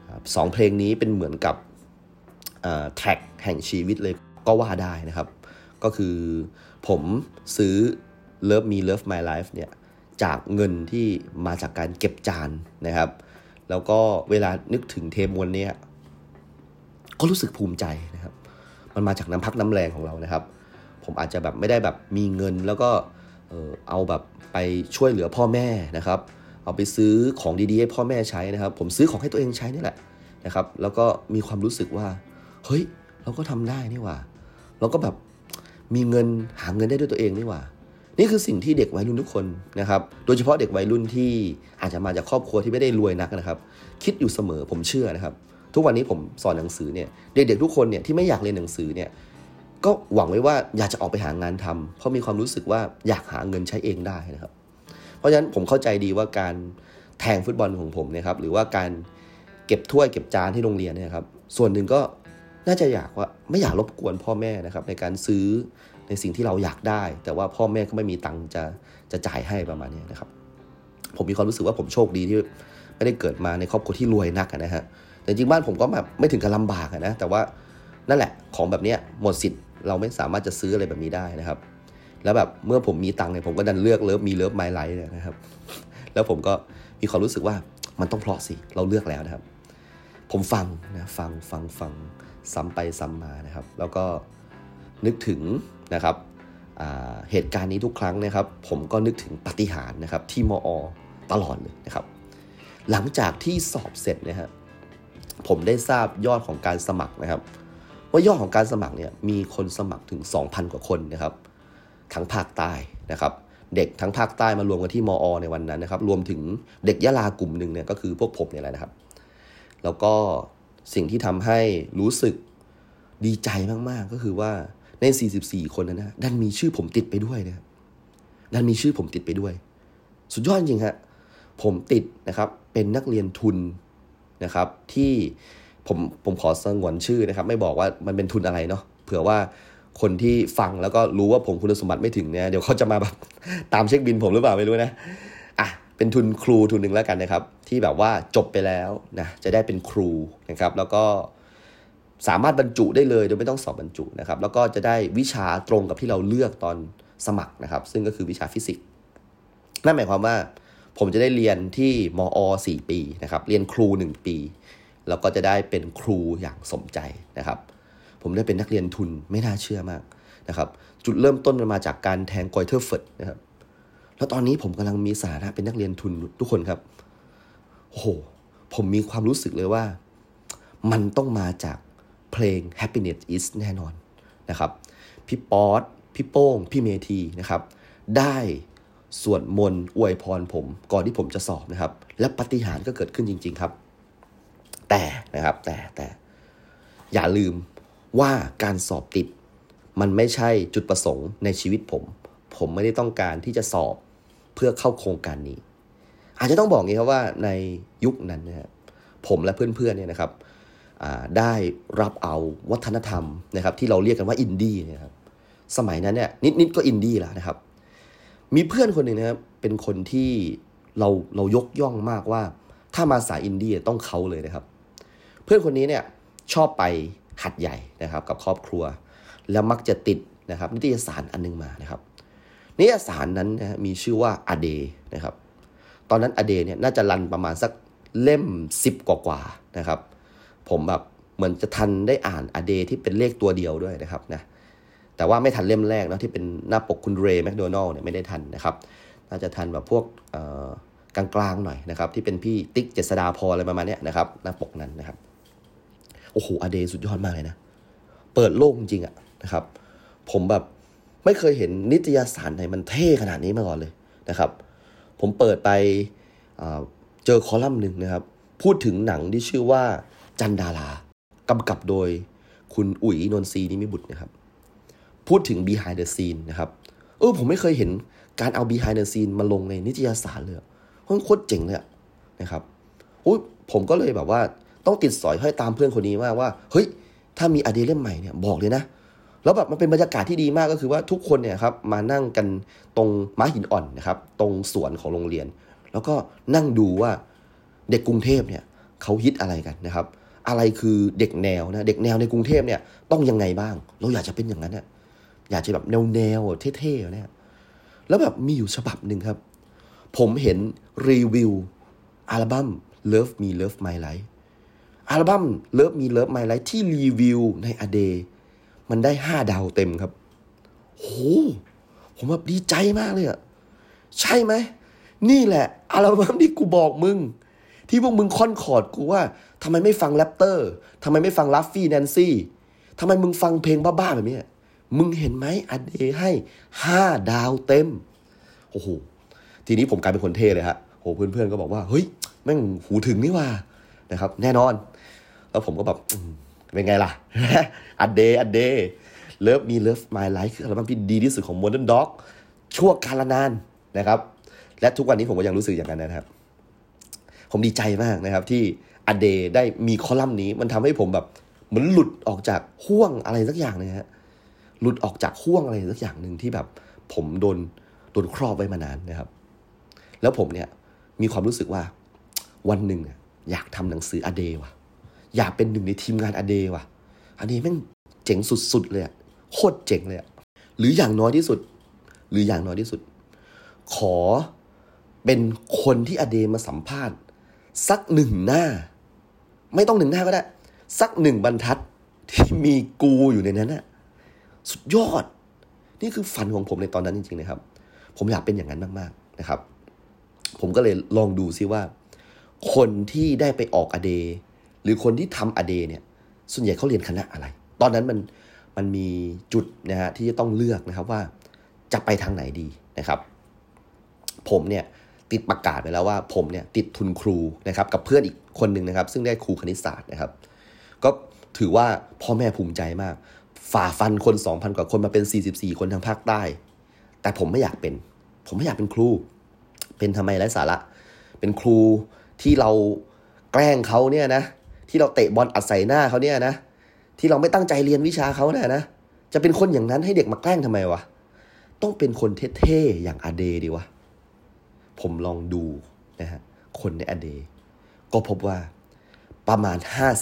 2เพลงนี้เป็นเหมือนกับแท็กแห่งชีวิตเลยก็ว่าได้นะครับก็คือผมซื้อ Love Me Love My Life เนี่ยจากเงินที่มาจากการเก็บจานนะครับแล้วก็เวลานึกถึงเทปมวลเนี่ยก็รู้สึกภูมิใจนะครับมันมาจากน้ำพักน้ำแรงของเรานะครับผมอาจจะแบบไม่ได้แบบมีเงินแล้วก็เอาแบบไปช่วยเหลือพ่อแม่นะครับเอาไปซื้อของดีๆให้พ่อแม่ใช้นะครับผมซื้อของให้ตัวเองใช้นี่แหละนะครับแล้วก็มีความรู้สึกว่าเฮ้ยเราก็ทำได้นี่หว่าเราก็แบบมีเงินหาเงินได้ด้วยตัวเองนี่หว่านี่คือสิ่งที่เด็กวัยรุ่นทุกคนนะครับโดยเฉพาะเด็กวัยรุ่นที่อาจจะมาจากครอบครัวที่ไม่ได้รวยนักนะครับคิดอยู่เสมอผมเชื่อนะครับทุกวันนี้ผมสอนหนังสือเนี่ยเด็กๆทุกคนเนี่ยที่ไม่อยากเรียนหนังสือเนี่ยก็หวังไว้ว่าอยากจะออกไปหางานทำเพราะมีความรู้สึกว่าอยากหาเงินใช้เองได้นะครับเพราะฉะนั้นผมเข้าใจดีว่าการแทงฟุตบอลของผมนะครับหรือว่าการเก็บถ้วยเก็บจานที่โรงเรียนเนี่ยครับส่วนหนึ่งก็น่าจะอยากว่าไม่อยากรบกวนพ่อแม่นะครับในการซื้อในสิ่งที่เราอยากได้แต่ว่าพ่อแม่ก็ไม่มีตังค์จะจ่ายให้ประมาณนี้นะครับผมมีความรู้สึกว่าผมโชคดีที่ไม่ได้เกิดมาในครอบครัวที่รวยนักนะฮะแต่จริงบ้านผมก็แบบไม่ถึงกับลำบากนะแต่ว่านั่นแหละของแบบนี้หมดสิทธิ์เราไม่สามารถจะซื้ออะไรแบบนี้ได้นะครับแล้วแบบเมื่อผมมีตังค์เนี่ยผมก็ดันเลือกLove Me Love My Lifeนะครับแล้วผมก็มีความรู้สึกว่ามันต้องเพราะสิเราเลือกแล้วนะครับผมฟังซ้ำไปซ้ำมานะครับแล้วก็นึกถึงนะครับเหตุการณ์นี้ทุกครั้งนะครับผมก็นึกถึงปาฏิหาริย์นะครับที่มอตลอดเลยนะครับหลังจากที่สอบเสร็จนะฮะผมได้ทราบยอดของการสมัครนะครับว่ายอดของการสมัครเนี่ยมีคนสมัครถึง 2,000 กว่าคนนะครับทั้งภาคใต้นะครับเด็กทั้งภาคใต้มารวมกันที่มอในวันนั้นนะครับรวมถึงเด็กยะลากลุ่มหนึ่งเนี่ยก็คือพวกผมเนี่ยแหละนะครับแล้วก็สิ่งที่ทำให้รู้สึกดีใจมากๆก็คือว่าใน44คนนั้นนะดันมีชื่อผมติดไปด้วยนะครับดันมีชื่อผมติดไปด้วยสุดยอดจริงฮะผมติดนะครับเป็นนักเรียนทุนนะครับที่ผมขอสงวนชื่อนะครับไม่บอกว่ามันเป็นทุนอะไรเนาะเผื่อว่าคนที่ฟังแล้วก็รู้ว่าผมคุณสมบัติไม่ถึงเนี่ยเดี๋ยวเขาจะมาแบบตามเช็คบินผมหรือเปล่าไม่รู้นะเป็นทุนครูทุนหนึ่งแล้วกันนะครับที่แบบว่าจบไปแล้วนะจะได้เป็นครูนะครับแล้วก็สามารถบรรจุได้เลยโดยไม่ต้องสอบบรรจุนะครับแล้วก็จะได้วิชาตรงกับที่เราเลือกตอนสมัครนะครับซึ่งก็คือวิชาฟิสิกส์นั่นหมายความว่าผมจะได้เรียนที่มอ4 ปีนะครับเรียนครู1 ปีแล้วก็จะได้เป็นครูอย่างสมใจนะครับผมได้เป็นนักเรียนทุนไม่น่าเชื่อมากนะครับจุดเริ่มต้นมันมาจากการแทงกอยเทอร์เฟิร์ตนะครับแล้วตอนนี้ผมกำลังมีสถานะเป็นนักเรียนทุนทุกคนครับโอ้โหผมมีความรู้สึกเลยว่ามันต้องมาจากเพลง Happiness is แน่นอนนะครับพี่ป๊อตพี่โป้งพี่เมธีนะครับได้สวดมนต์อวยพรผมก่อนที่ผมจะสอบนะครับและปาฏิหาริย์ก็เกิดขึ้นจริงๆครับแต่นะครับแต่อย่าลืมว่าการสอบติดมันไม่ใช่จุดประสงค์ในชีวิตผมไม่ได้ต้องการที่จะสอบเพื่อเข้าโครงการนี้อาจจะต้องบอกงี้ครับว่าในยุคนั้นนะครับผมและเพื่อนๆเนี่ยนะครับได้รับเอาวัฒนธรรมนะครับที่เราเรียกกันว่าอินดี้นะครับสมัยนั้นเนี่ยนิดก็อินดี้แล้วนะครับมีเพื่อนคนหนึ่งนะครับเป็นคนที่เรายกย่องมากว่าถ้ามาสายอินดี้ต้องเขาเลยนะครับเพื่อนคนนี้เนี่ยชอบไปหัดใหญ่นะครับกับครอบครัวแล้วมักจะติดนะครับนิตยสารอันนึงมานะครับนิตยสารนั้นนะมีชื่อว่าอเดนะครับตอนนั้นอเดเนี่ยน่าจะรันประมาณสักเล่ม10 กว่านะครับผมแบบเหมือนจะทันได้อ่านอเดที่เป็นเลขตัวเดียวด้วยนะครับนะแต่ว่าไม่ทันเล่มแรกนะที่เป็นหน้าปกคุณเรย์แมคโดนัลด์เนี่ยไม่ได้ทันนะครับน่าจะทันแบบพวกกลางๆหน่อยนะครับที่เป็นพี่ติ๊กเจษฎาพรอะไรประมาณนี้นะครับหน้าปกนั้นนะครับโอ้โหอเดสุดยอดมากเลยนะเปิดโลกจริงๆนะครับผมแบบไม่เคยเห็นนิตยสารไหนมันเท่ขนาดนี้มาก่อนเลยนะครับผมเปิดไปเจอคอลัมน์หนึ่งนะครับพูดถึงหนังที่ชื่อว่าจันดารากำกับโดยคุณอุ๋ยนนทรีนิมิบุตรนะครับพูดถึง behind the scene นะครับผมไม่เคยเห็นการเอา behind the scene มาลงในนิตยสารเลยโคตรเจ๋งเลยนะครับผมก็เลยแบบว่าต้องติดสอยห้อยตามเพื่อนคนนี้ว่าเฮ้ยถ้ามีอเดเล่มใหม่เนี่ยบอกเลยนะแล้วแบบมันเป็นบรรยากาศที่ดีมากก็คือว่าทุกคนเนี่ยครับมานั่งกันตรงม้าหินอ่อนนะครับตรงสวนของโรงเรียนแล้วก็นั่งดูว่าเด็กกรุงเทพเนี่ยเขาฮิตอะไรกันนะครับอะไรคือเด็กแนวนะเด็กแนวในกรุงเทพเนี่ยต้องยังไงบ้างเราอยากจะเป็นอย่างนั้นเนี่ยอยากจะแบบแนวเท่ๆเนี่ยแล้วแบบมีอยู่ฉบับหนึ่งครับผมเห็นรีวิวอัลบั้ม Love Me Love My Life อัลบั้ม Love Me Love My Life ที่รีวิวในอเดมันได้5 ดาวเต็มครับโหผมแบบดีใจมากเลยอะใช่ไหมนี่แหละอัลบั้มที่กูบอกมึงที่พวกมึงค่อนคอร์ดกูว่าทำไมไม่ฟังแรปเตอร์ทำไมไม่ฟังลัฟฟี่แนนซี่ทำไมมึงฟังเพลงบ้าๆแบบนี้มึงเห็นไหมอเดให้5 ดาวเต็มโอ้โหทีนี้ผมกลายเป็นคนเท่เลยฮะโหเพื่อนๆก็บอกว่าเฮ้ยแม่งหูถึงนี่ว่านะครับแน่นอนแล้วผมก็แบบเป็นไงล่ะอเดLove Me Love My Life คืออัลบั้มที่ดีที่สุดของ Modern Dog ชั่วกาลนานนะครับและทุกวันนี้ผมก็ยังรู้สึกอย่างนั้นนะครับผมดีใจมากนะครับที่อเดได้มีคอลัมน์นี้มันทำให้ผมแบบเหมือนหลุดออกจากห่วงอะไรสักอย่างนึงฮะหลุดออกจากห่วงอะไรสักอย่างนึงที่แบบผมโดนครอบไว้มานานนะครับแล้วผมเนี่ยมีความรู้สึกว่าวันหนึ่งอยากทำหนังสืออเดว่ะอยากเป็นหนึ่งในทีมงานอเดว่ะอเดแม่งเจ๋งสุดๆเลยอะโคตรเจ๋งเลยอะหรืออย่างน้อยที่สุดขอเป็นคนที่อเดมาสัมภาษณ์สัก1 หน้าไม่ต้อง1 หน้าก็ได้สัก1 บรรทัดที่มีกูอยู่ในนั้นน่ะสุดยอดนี่คือฝันของผมในตอนนั้นจริงๆนะครับผมอยากเป็นอย่างนั้นมากๆนะครับผมก็เลยลองดูซิว่าคนที่ได้ไปออกอเดหรือคนที่ทำอเดเนี่ยส่วนใหญ่เขาเรียนคณะอะไรตอนนั้นมันมีจุดนะฮะที่จะต้องเลือกนะครับว่าจะไปทางไหนดีนะครับผมเนี่ยติดประกาศไปแล้วว่าผมเนี่ยติดทุนครูนะครับกับเพื่อนอีกคนหนึ่งนะครับซึ่งได้ครูคณิตศาสตร์นะครับก็ถือว่าพ่อแม่ภูมิใจมากฝ่าฟันคน 2,000 กว่าคนมาเป็น44 คนทางภาคใต้แต่ผมไม่อยากเป็นครูเป็นทำไมไร้สาระเป็นครูที่เราแกล้งเขาเนี่ยนะที่เราเตะบอลอัดใส่หน้าเขาเนี่ยนะที่เราไม่ตั้งใจเรียนวิชาเขาเนี่ยนะจะเป็นคนอย่างนั้นให้เด็กมาแกล้งทำไมวะต้องเป็นคนเท่ๆอย่างอเดดีวะผมลองดูนะฮะคนในอเดก็พบว่าประมาณ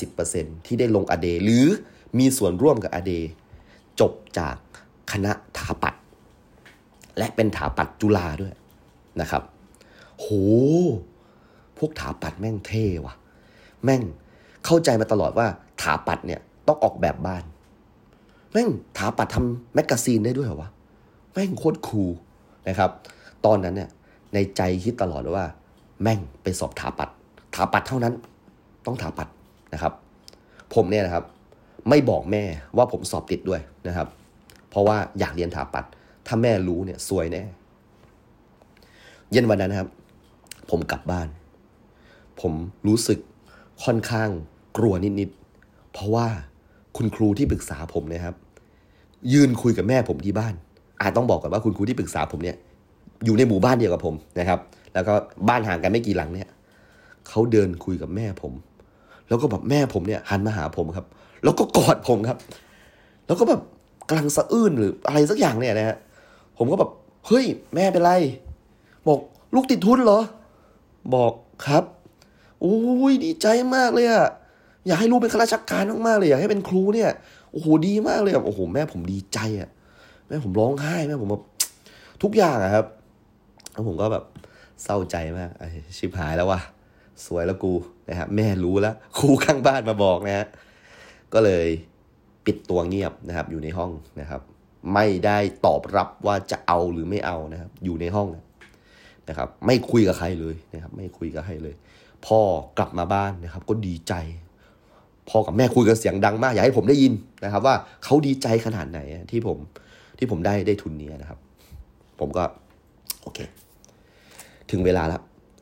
50% ที่ได้ลงอเดหรือมีส่วนร่วมกับอเดจบจากคณะถาปัตย์และเป็นถาปัตย์จุฬาด้วยนะครับโหพวกถาปัตย์แม่งเท่ว่ะแม่งเข้าใจมาตลอดว่าถาปัตย์เนี่ยต้องออกแบบบ้านแม่งถาปัตย์ทำแมกกาซีนได้ด้วยเหรอวะแม่งโคตรคูลนะครับตอนนั้นเนี่ยในใจคิดตลอดว่าแม่งไปสอบถาปัตย์เท่านั้นต้องถาปัตย์นะครับผมเนี่ยนะครับไม่บอกแม่ว่าผมสอบติดด้วยนะครับเพราะว่าอยากเรียนถาปัตย์ถ้าแม่รู้เนี่ยซวยแน่เย็นวันนั้นนะครับผมกลับบ้านผมรู้สึกค่อนข้างกลัวนิดๆเพราะว่าคุณครูที่ปรึกษาผมนะครับยืนคุยกับแม่ผมที่บ้านต้องบอกก่อนว่าคุณครูที่ปรึกษาผมเนี่ยอยู่ในหมู่บ้านเดียวกับผมนะครับแล้วก็บ้านห่างกันไม่กี่หลังเนี่ยเขาเดินคุยกับแม่ผมแล้วก็แบบแม่ผมเนี่ยหันมาหาผมครับแล้วก็กอดผมครับแล้วก็แบบกำลังสะอื้นหรืออะไรสักอย่างเนี่ยนะฮะผมก็แบบเฮ้ยแม่เป็นไรบอกลูกติดทุนเหรอบอกครับโอ้ยดีใจมากเลยอะอยากให้ลูกเป็นข้าราชการมากๆเลยอยากให้เป็นครูเนี่ยโอ้โหดีมากเลยแบบโอ้โหแม่ผมดีใจอะแม่ผมร้องไห้แม่ผมแบบทุกอย่างอะครับแล้วผมก็แบบเศร้าใจมากชิบหายแล้วว่ะสวยแล้วกูนะครับแม่รู้แล้วครูข้างบ้านมาบอกนะฮะก็เลยปิดตัวเงียบนะครับอยู่ในห้องนะครับไม่ได้ตอบรับว่าจะเอาหรือไม่เอานะครับอยู่ในห้องนะครับไม่คุยกับใครเลยนะครับไม่คุยกับใครเลยพ่อกลับมาบ้านนะครับก็ดีใจพ่อกับแม่คุยกันเสียงดังมากอยากให้ผมได้ยินนะครับว่าเขาดีใจขนาดไหนที่ผมได้ทุนนี้นะครับผมก็โอเคถึงเวลาแล้ว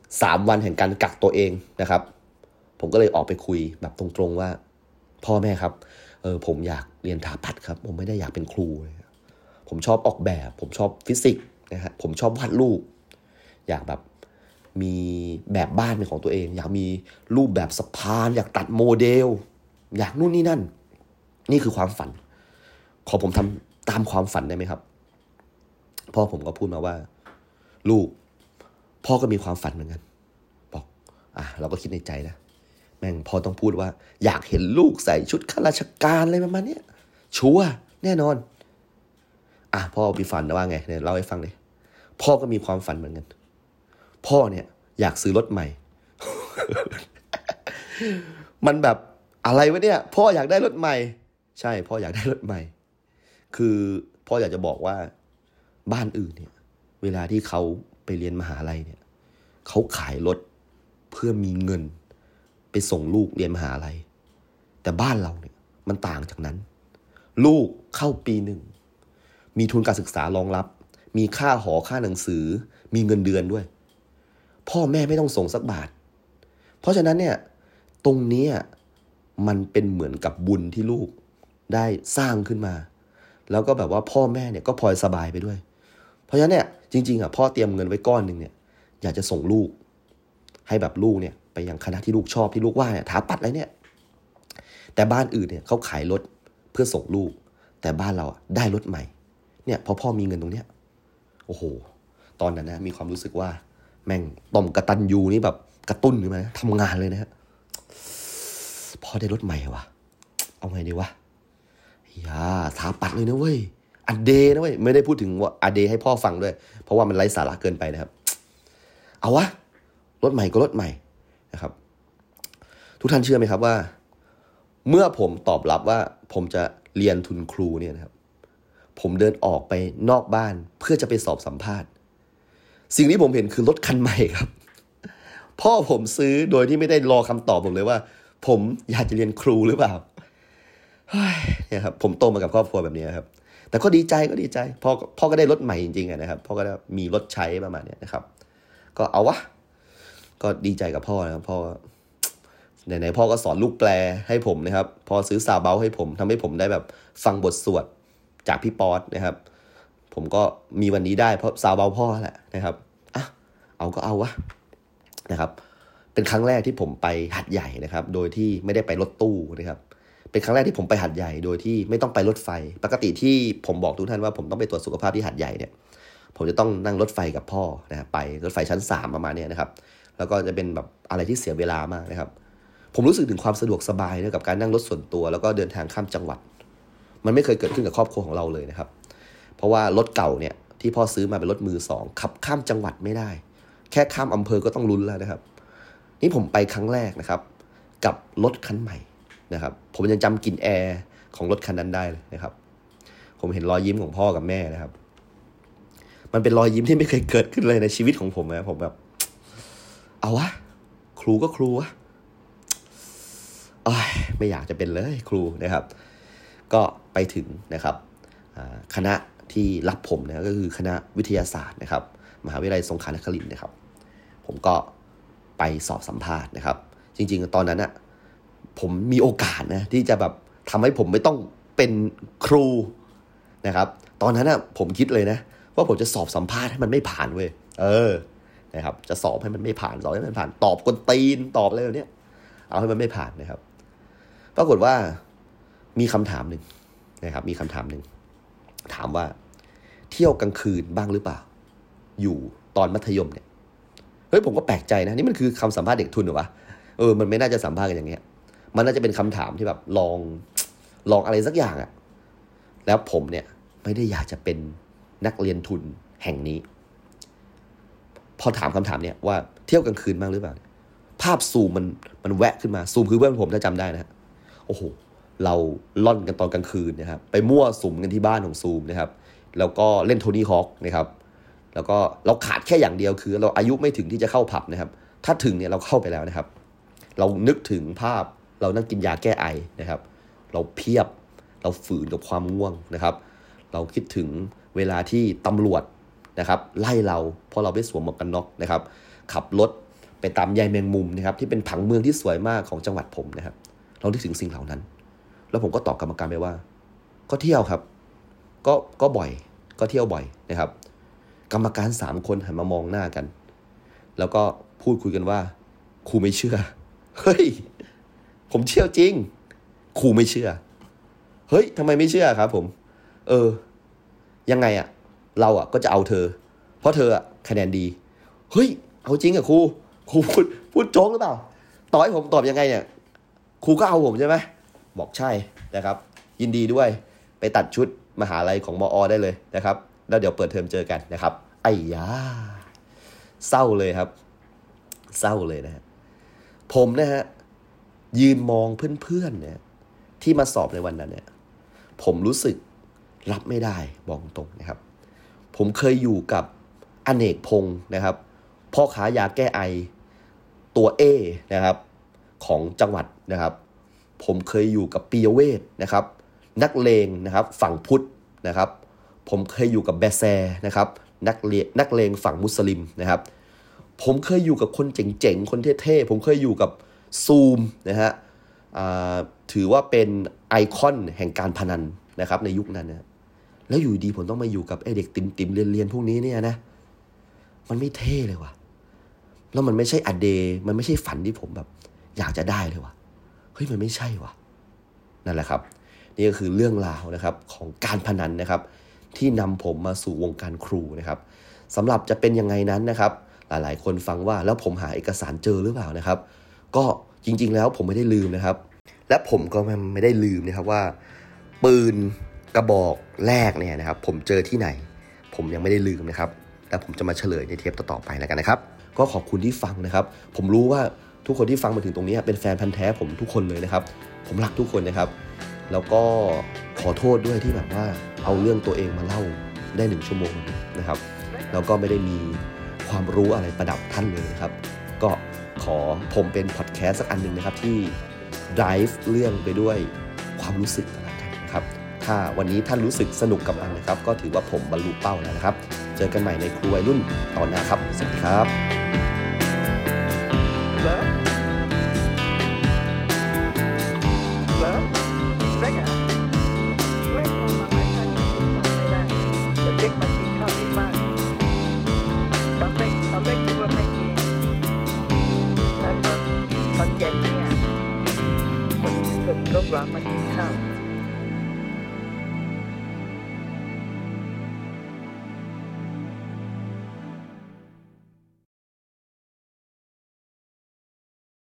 3 วันแห่งการกักตัวเองนะครับผมก็เลยออกไปคุยแบบตรงๆว่าพ่อแม่ครับผมอยากเรียนถาปัตย์ครับผมไม่ได้อยากเป็นครูผมชอบออกแบบผมชอบฟิสิกส์นะฮะผมชอบวาดรูปอยากแบบมีแบบบ้านเป็นของตัวเองอยากมีรูปแบบสะพานอยากตัดโมเดลอยากนู่นนี่นั่นนี่คือความฝันขอผมทำตามความฝันได้ไหมครับพ่อผมก็พูดมาว่าลูกพ่อก็มีความฝันเหมือนกันบอกเราก็คิดในใจนะแม่งพ่อต้องพูดว่าอยากเห็นลูกใส่ชุดข้าราชการอะไรประมาณนี้ชัวร์แน่นอนพ่อมีฝันว่าไงเนี่ยเล่าให้ฟังเลยพ่อก็มีความฝันเหมือนกันพ่อเนี่ยอยากซื้อรถใหม่ มันแบบอะไรวะเนี่ยพ่ออยากได้รถใหม่ใช่พ่ออยากได้รถใหม่คือพ่ออยากจะบอกว่าบ้านอื่นเนี่ยเวลาที่เขาไปเรียนมหาลัยเนี่ยเขาขายรถเพื่อมีเงินไปส่งลูกเรียนมหาลัยแต่บ้านเราเนี่ยมันต่างจากนั้นลูกเข้าปีหนึ่งมีทุนการศึกษารองรับมีค่าหอค่าหนังสือมีเงินเดือนด้วยพ่อแม่ไม่ต้องส่งสักบาทเพราะฉะนั้นเนี่ยตรงนี้มันเป็นเหมือนกับบุญที่ลูกได้สร้างขึ้นมาแล้วก็แบบว่าพ่อแม่เนี่ยก็พลอยสบายไปด้วยเพราะฉะนั้นเนี่ยจริงๆพ่อเตรียมเงินไว้ก้อนหนึ่งเนี่ยอยากจะส่งลูกให้แบบลูกเนี่ยไปยังคณะที่ลูกชอบที่ลูกว่าเนี่ยถาปัดอะไรเนี่ยแต่บ้านอื่นเนี่ยเขาขายรถเพื่อส่งลูกแต่บ้านเราได้รถใหม่เนี่ยพอพ่อมีเงินตรงเนี้ยโอ้โหตอนนั้นนะมีความรู้สึกว่าแม่งต่อมกตัญญูนี่แบบกระตุ้นขึ้นมาทำงานเลยนะฮะพอได้รถใหม่วะเอาไงดีวะถาปัดเลยนะเว้ยอเดนะเว้ยไม่ได้พูดถึงว่าอเดให้พ่อฟังด้วยเพราะว่ามันไร้สาระเกินไปนะครับเอาวะรถใหม่ก็รถใหม่นะครับทุกท่านเชื่อไหมครับว่าเมื่อผมตอบรับว่าผมจะเรียนทุนครูเนี่ยนะครับผมเดินออกไปนอกบ้านเพื่อจะไปสอบสัมภาษณ์สิ่งที่ผมเห็นคือรถคันใหม่ครับพ่อผมซื้อโดยที่ไม่ได้รอคำตอบผมเลยว่าผมอยากจะเรียนครูหรือเปล่าเนี่ยครับผมโตมากับครอบครัวแบบนี้ครับแต่ก็ดีใจพ่อก็ได้รถใหม่จริงๆนะครับพ่อก็ได้มีรถใช้ประมาณนี้นะครับก็เอาวะก็ดีใจกับพ่อนะครับพ่อไหนๆพ่อก็สอนลูกแปลให้ผมนะครับพอซื้อซาวเบลให้ผมทำให้ผมได้แบบฟังบทสวดจากพี่ป๊อตนะครับผมก็มีวันนี้ได้เพราะซาวเบลพ่อแหละนะครับเอาก็เอาวะนะครับเป็นครั้งแรกที่ผมไปหัดใหญ่นะครับโดยที่ไม่ได้ไปรถตู้นะครับเป็นครั้งแรกที่ผมไปหัดใหญ่โดยที่ไม่ต้องไปรถไฟปกติที่ผมบอกทุกท่านว่าผมต้องไปตรวจสุขภาพที่หัดใหญ่เนี่ยผมจะต้องนั่งรถไฟกับพ่อนะครับไปรถไฟชั้น3ประมาณนี้นะครับแล้วก็จะเป็นแบบอะไรที่เสียเวลามากนะครับผมรู้สึกถึงความสะดวกสบายกับการนั่งรถส่วนตัวแล้วก็เดินทางข้ามจังหวัดมันไม่เคยเกิดขึ้นกับครอบครัวของเราเลยนะครับเพราะว่ารถเก่าเนี่ยที่พ่อซื้อมาเป็นรถมือ2ขับข้ามจังหวัดไม่ได้แค่ข้ามอำเภอก็ต้องลุ้นแล้วนะครับนี่ผมไปครั้งแรกนะครับกับรถคันใหม่นะครับผมยังจำกลิ่นแอร์ของรถคันนั้นได้เลยนะครับผมเห็นรอยยิ้มของพ่อกับแม่นะครับมันเป็นรอยยิ้มที่ไม่เคยเกิดขึ้นเลยในชีวิตของผมนะผมแบบเอาวะครูก็ครูวะไม่อยากจะเป็นเลยครูนะครับก็ไปถึงนะครับคณะที่รับผมนะก็คือคณะวิทยาศาสตร์นะครับมหาวิทยาลัยสงขลานครินทร์นะครับผมก็ไปสอบสัมภาษณ์นะครับจริงๆตอนนั้นนะผมมีโอกาสนะที่จะแบบทำให้ผมไม่ต้องเป็นครูนะครับตอนนั้นนะผมคิดเลยนะว่าผมจะสอบสัมภาษณ์ให้มันไม่ผ่านเว้ยนะครับจะสอบให้มันไม่ผ่านสอบให้มันผ่านตอบกวนตีนตอบอะไรแบบนี้เอาให้มันไม่ผ่านนะครับปรากฏว่ามีคำถามหนึ่งนะครับมีคำถามหนึ่งถามว่าเที่ยวกลางคืนบ้างหรือเปล่าอยู่ตอนมัธยมเนี่ยผมก็แปลกใจนะนี่มันคือคำสัมภาษณ์เด็กทุนเหรอวะมันไม่น่าจะสัมภาษณ์กันอย่างเงี้ยมันน่าจะเป็นคำถามที่แบบลองอะไรสักอย่างอะแล้วผมเนี่ยไม่ได้อยากจะเป็นนักเรียนทุนแห่งนี้พอถามคำถามเนี่ยว่าเที่ยวกลางคืนบ้างหรือเปล่าภาพซูมมันแวะขึ้นมาซูมคือเพื่อนผมถ้าจำได้นะฮะโอ้โหเราล่อนกันตอนกลางคืนนะครับไปมั่วสุมกันที่บ้านของซูมนะครับแล้วก็เล่นโทนี่ฮอคนะครับแล้วก็เราขาดแค่อย่างเดียวคือเราอายุไม่ถึงที่จะเข้าผับนะครับถ้าถึงเนี่ยเราเข้าไปแล้วนะครับเรานึกถึงภาพเรานั่งกินยาแก้ไอนะครับเราเพียบเราฝืนกับความง่วงนะครับเราคิดถึงเวลาที่ตำรวจนะครับไล่เราเพราะเราไม่สวมหมวกกันน็อกนะครับขับรถไปตามใยแมงมุมนะครับที่เป็นผังเมืองที่สวยมากของจังหวัดผมนะครับเรานึกถึงสิ่งเหล่านั้นแล้วผมก็ตอบกรรมการไปว่าก็เที่ยวครับก็บ่อยก็เที่ยวบ่อยนะครับกรรมการ3คนหันมามองหน้ากันแล้วก็พูดคุยกันว่าครูไม่เชื่อเฮ้ยผมเชื่อจริงครูไม่เชื่อเฮ้ยทำไมไม่เชื่อครับผมยังไงอะเราอะก็จะเอาเธอเพราะเธออะคะแนนดีเฮ้ยเอาจริงอะครูพูดโจ๊กหรือเปล่าต่อให้ผมตอบยังไงเนี่ยครูก็เอาผมใช่ไหมบอกใช่นะครับยินดีด้วยไปตัดชุดมหาลัยของมอ.ได้เลยนะครับแล้วเดี๋ยวเปิดเทอมเจอกันนะครับไอ้ยาเศร้าเลยครับเศร้าเลยนะฮะผมนะฮะยืนมองเพื่อนๆเนี่ยที่มาสอบในวันนั้นเนี่ยผมรู้สึกรับไม่ได้บอกตรงนะครับผมเคยอยู่กับอเนกพงศ์นะครับพ่อค้ายาแก้ไอตัวเอนะครับของจังหวัดนะครับผมเคยอยู่กับปิยเวทนะครับนักเลงนะครับฝั่งพุทธนะครับผมเคยอยู่กับแบแซนะครับนักเลงฝั่งมุสลิมนะครับผมเคยอยู่กับคนเจ๋งๆคนเท่ๆผมเคยอยู่กับซูมนะฮะถือว่าเป็นไอคอนแห่งการพนันนะครับในยุคนั้นนะแล้วอยู่ดีผมต้องมาอยู่กับไอเด็กติ่มๆเรียนพวกนี้เนี่ยนะมันไม่เท่เลยว่ะแล้วมันไม่ใช่อเดย์มันไม่ใช่ฝันที่ผมแบบอยากจะได้เลยว่ะเฮ้ยมันไม่ใช่ว่ะนั่นแหละครับนี่ก็คือเรื่องราวนะครับของการพนันนะครับที่นำผมมาสู่วงการครูนะครับสำหรับจะเป็นยังไงนั้นนะครับหลายๆคนฟังว่าแล้วผมหาเอกสารเจอหรือเปล่านะครับก็จริงๆแล้วผมไม่ได้ลืมนะครับและผมก็ไม่ได้ลืมนะครับว่าปืนกระบอกแรกเนี่ยนะครับผมเจอที่ไหนผมยังไม่ได้ลืมนะครับและผมจะมาเฉลยในเทปต่อๆไปแล้วกันนะครับก็ขอบคุณที่ฟังนะครับผมรู้ว่าทุกคนที่ฟังมาถึงตรงนี้เป็นแฟนพันธุ์แท้ผมทุกคนเลยนะครับผมรักทุกคนนะครับแล้วก็ขอโทษด้วยที่แบบว่าเอาเรื่องตัวเองมาเล่าได้1 ชั่วโมงนะครับแล้วก็ไม่ได้มีความรู้อะไรประดับท่านเลยนะครับก็ขอผมเป็นพอดแคสต์สักอันนึงนะครับที่ drive เรื่องไปด้วยความรู้สึกอะไรกันนะครับถ้าวันนี้ท่านรู้สึกสนุกกับมันนะครับก็ถือว่าผมบรรลุเป้าแล้วนะครับเจอกันใหม่ในครูวัยรุ่นตอนหน้าครับสวัสดีครับตอนเย็นเนี่ยคนก็ร้องมากินข้าว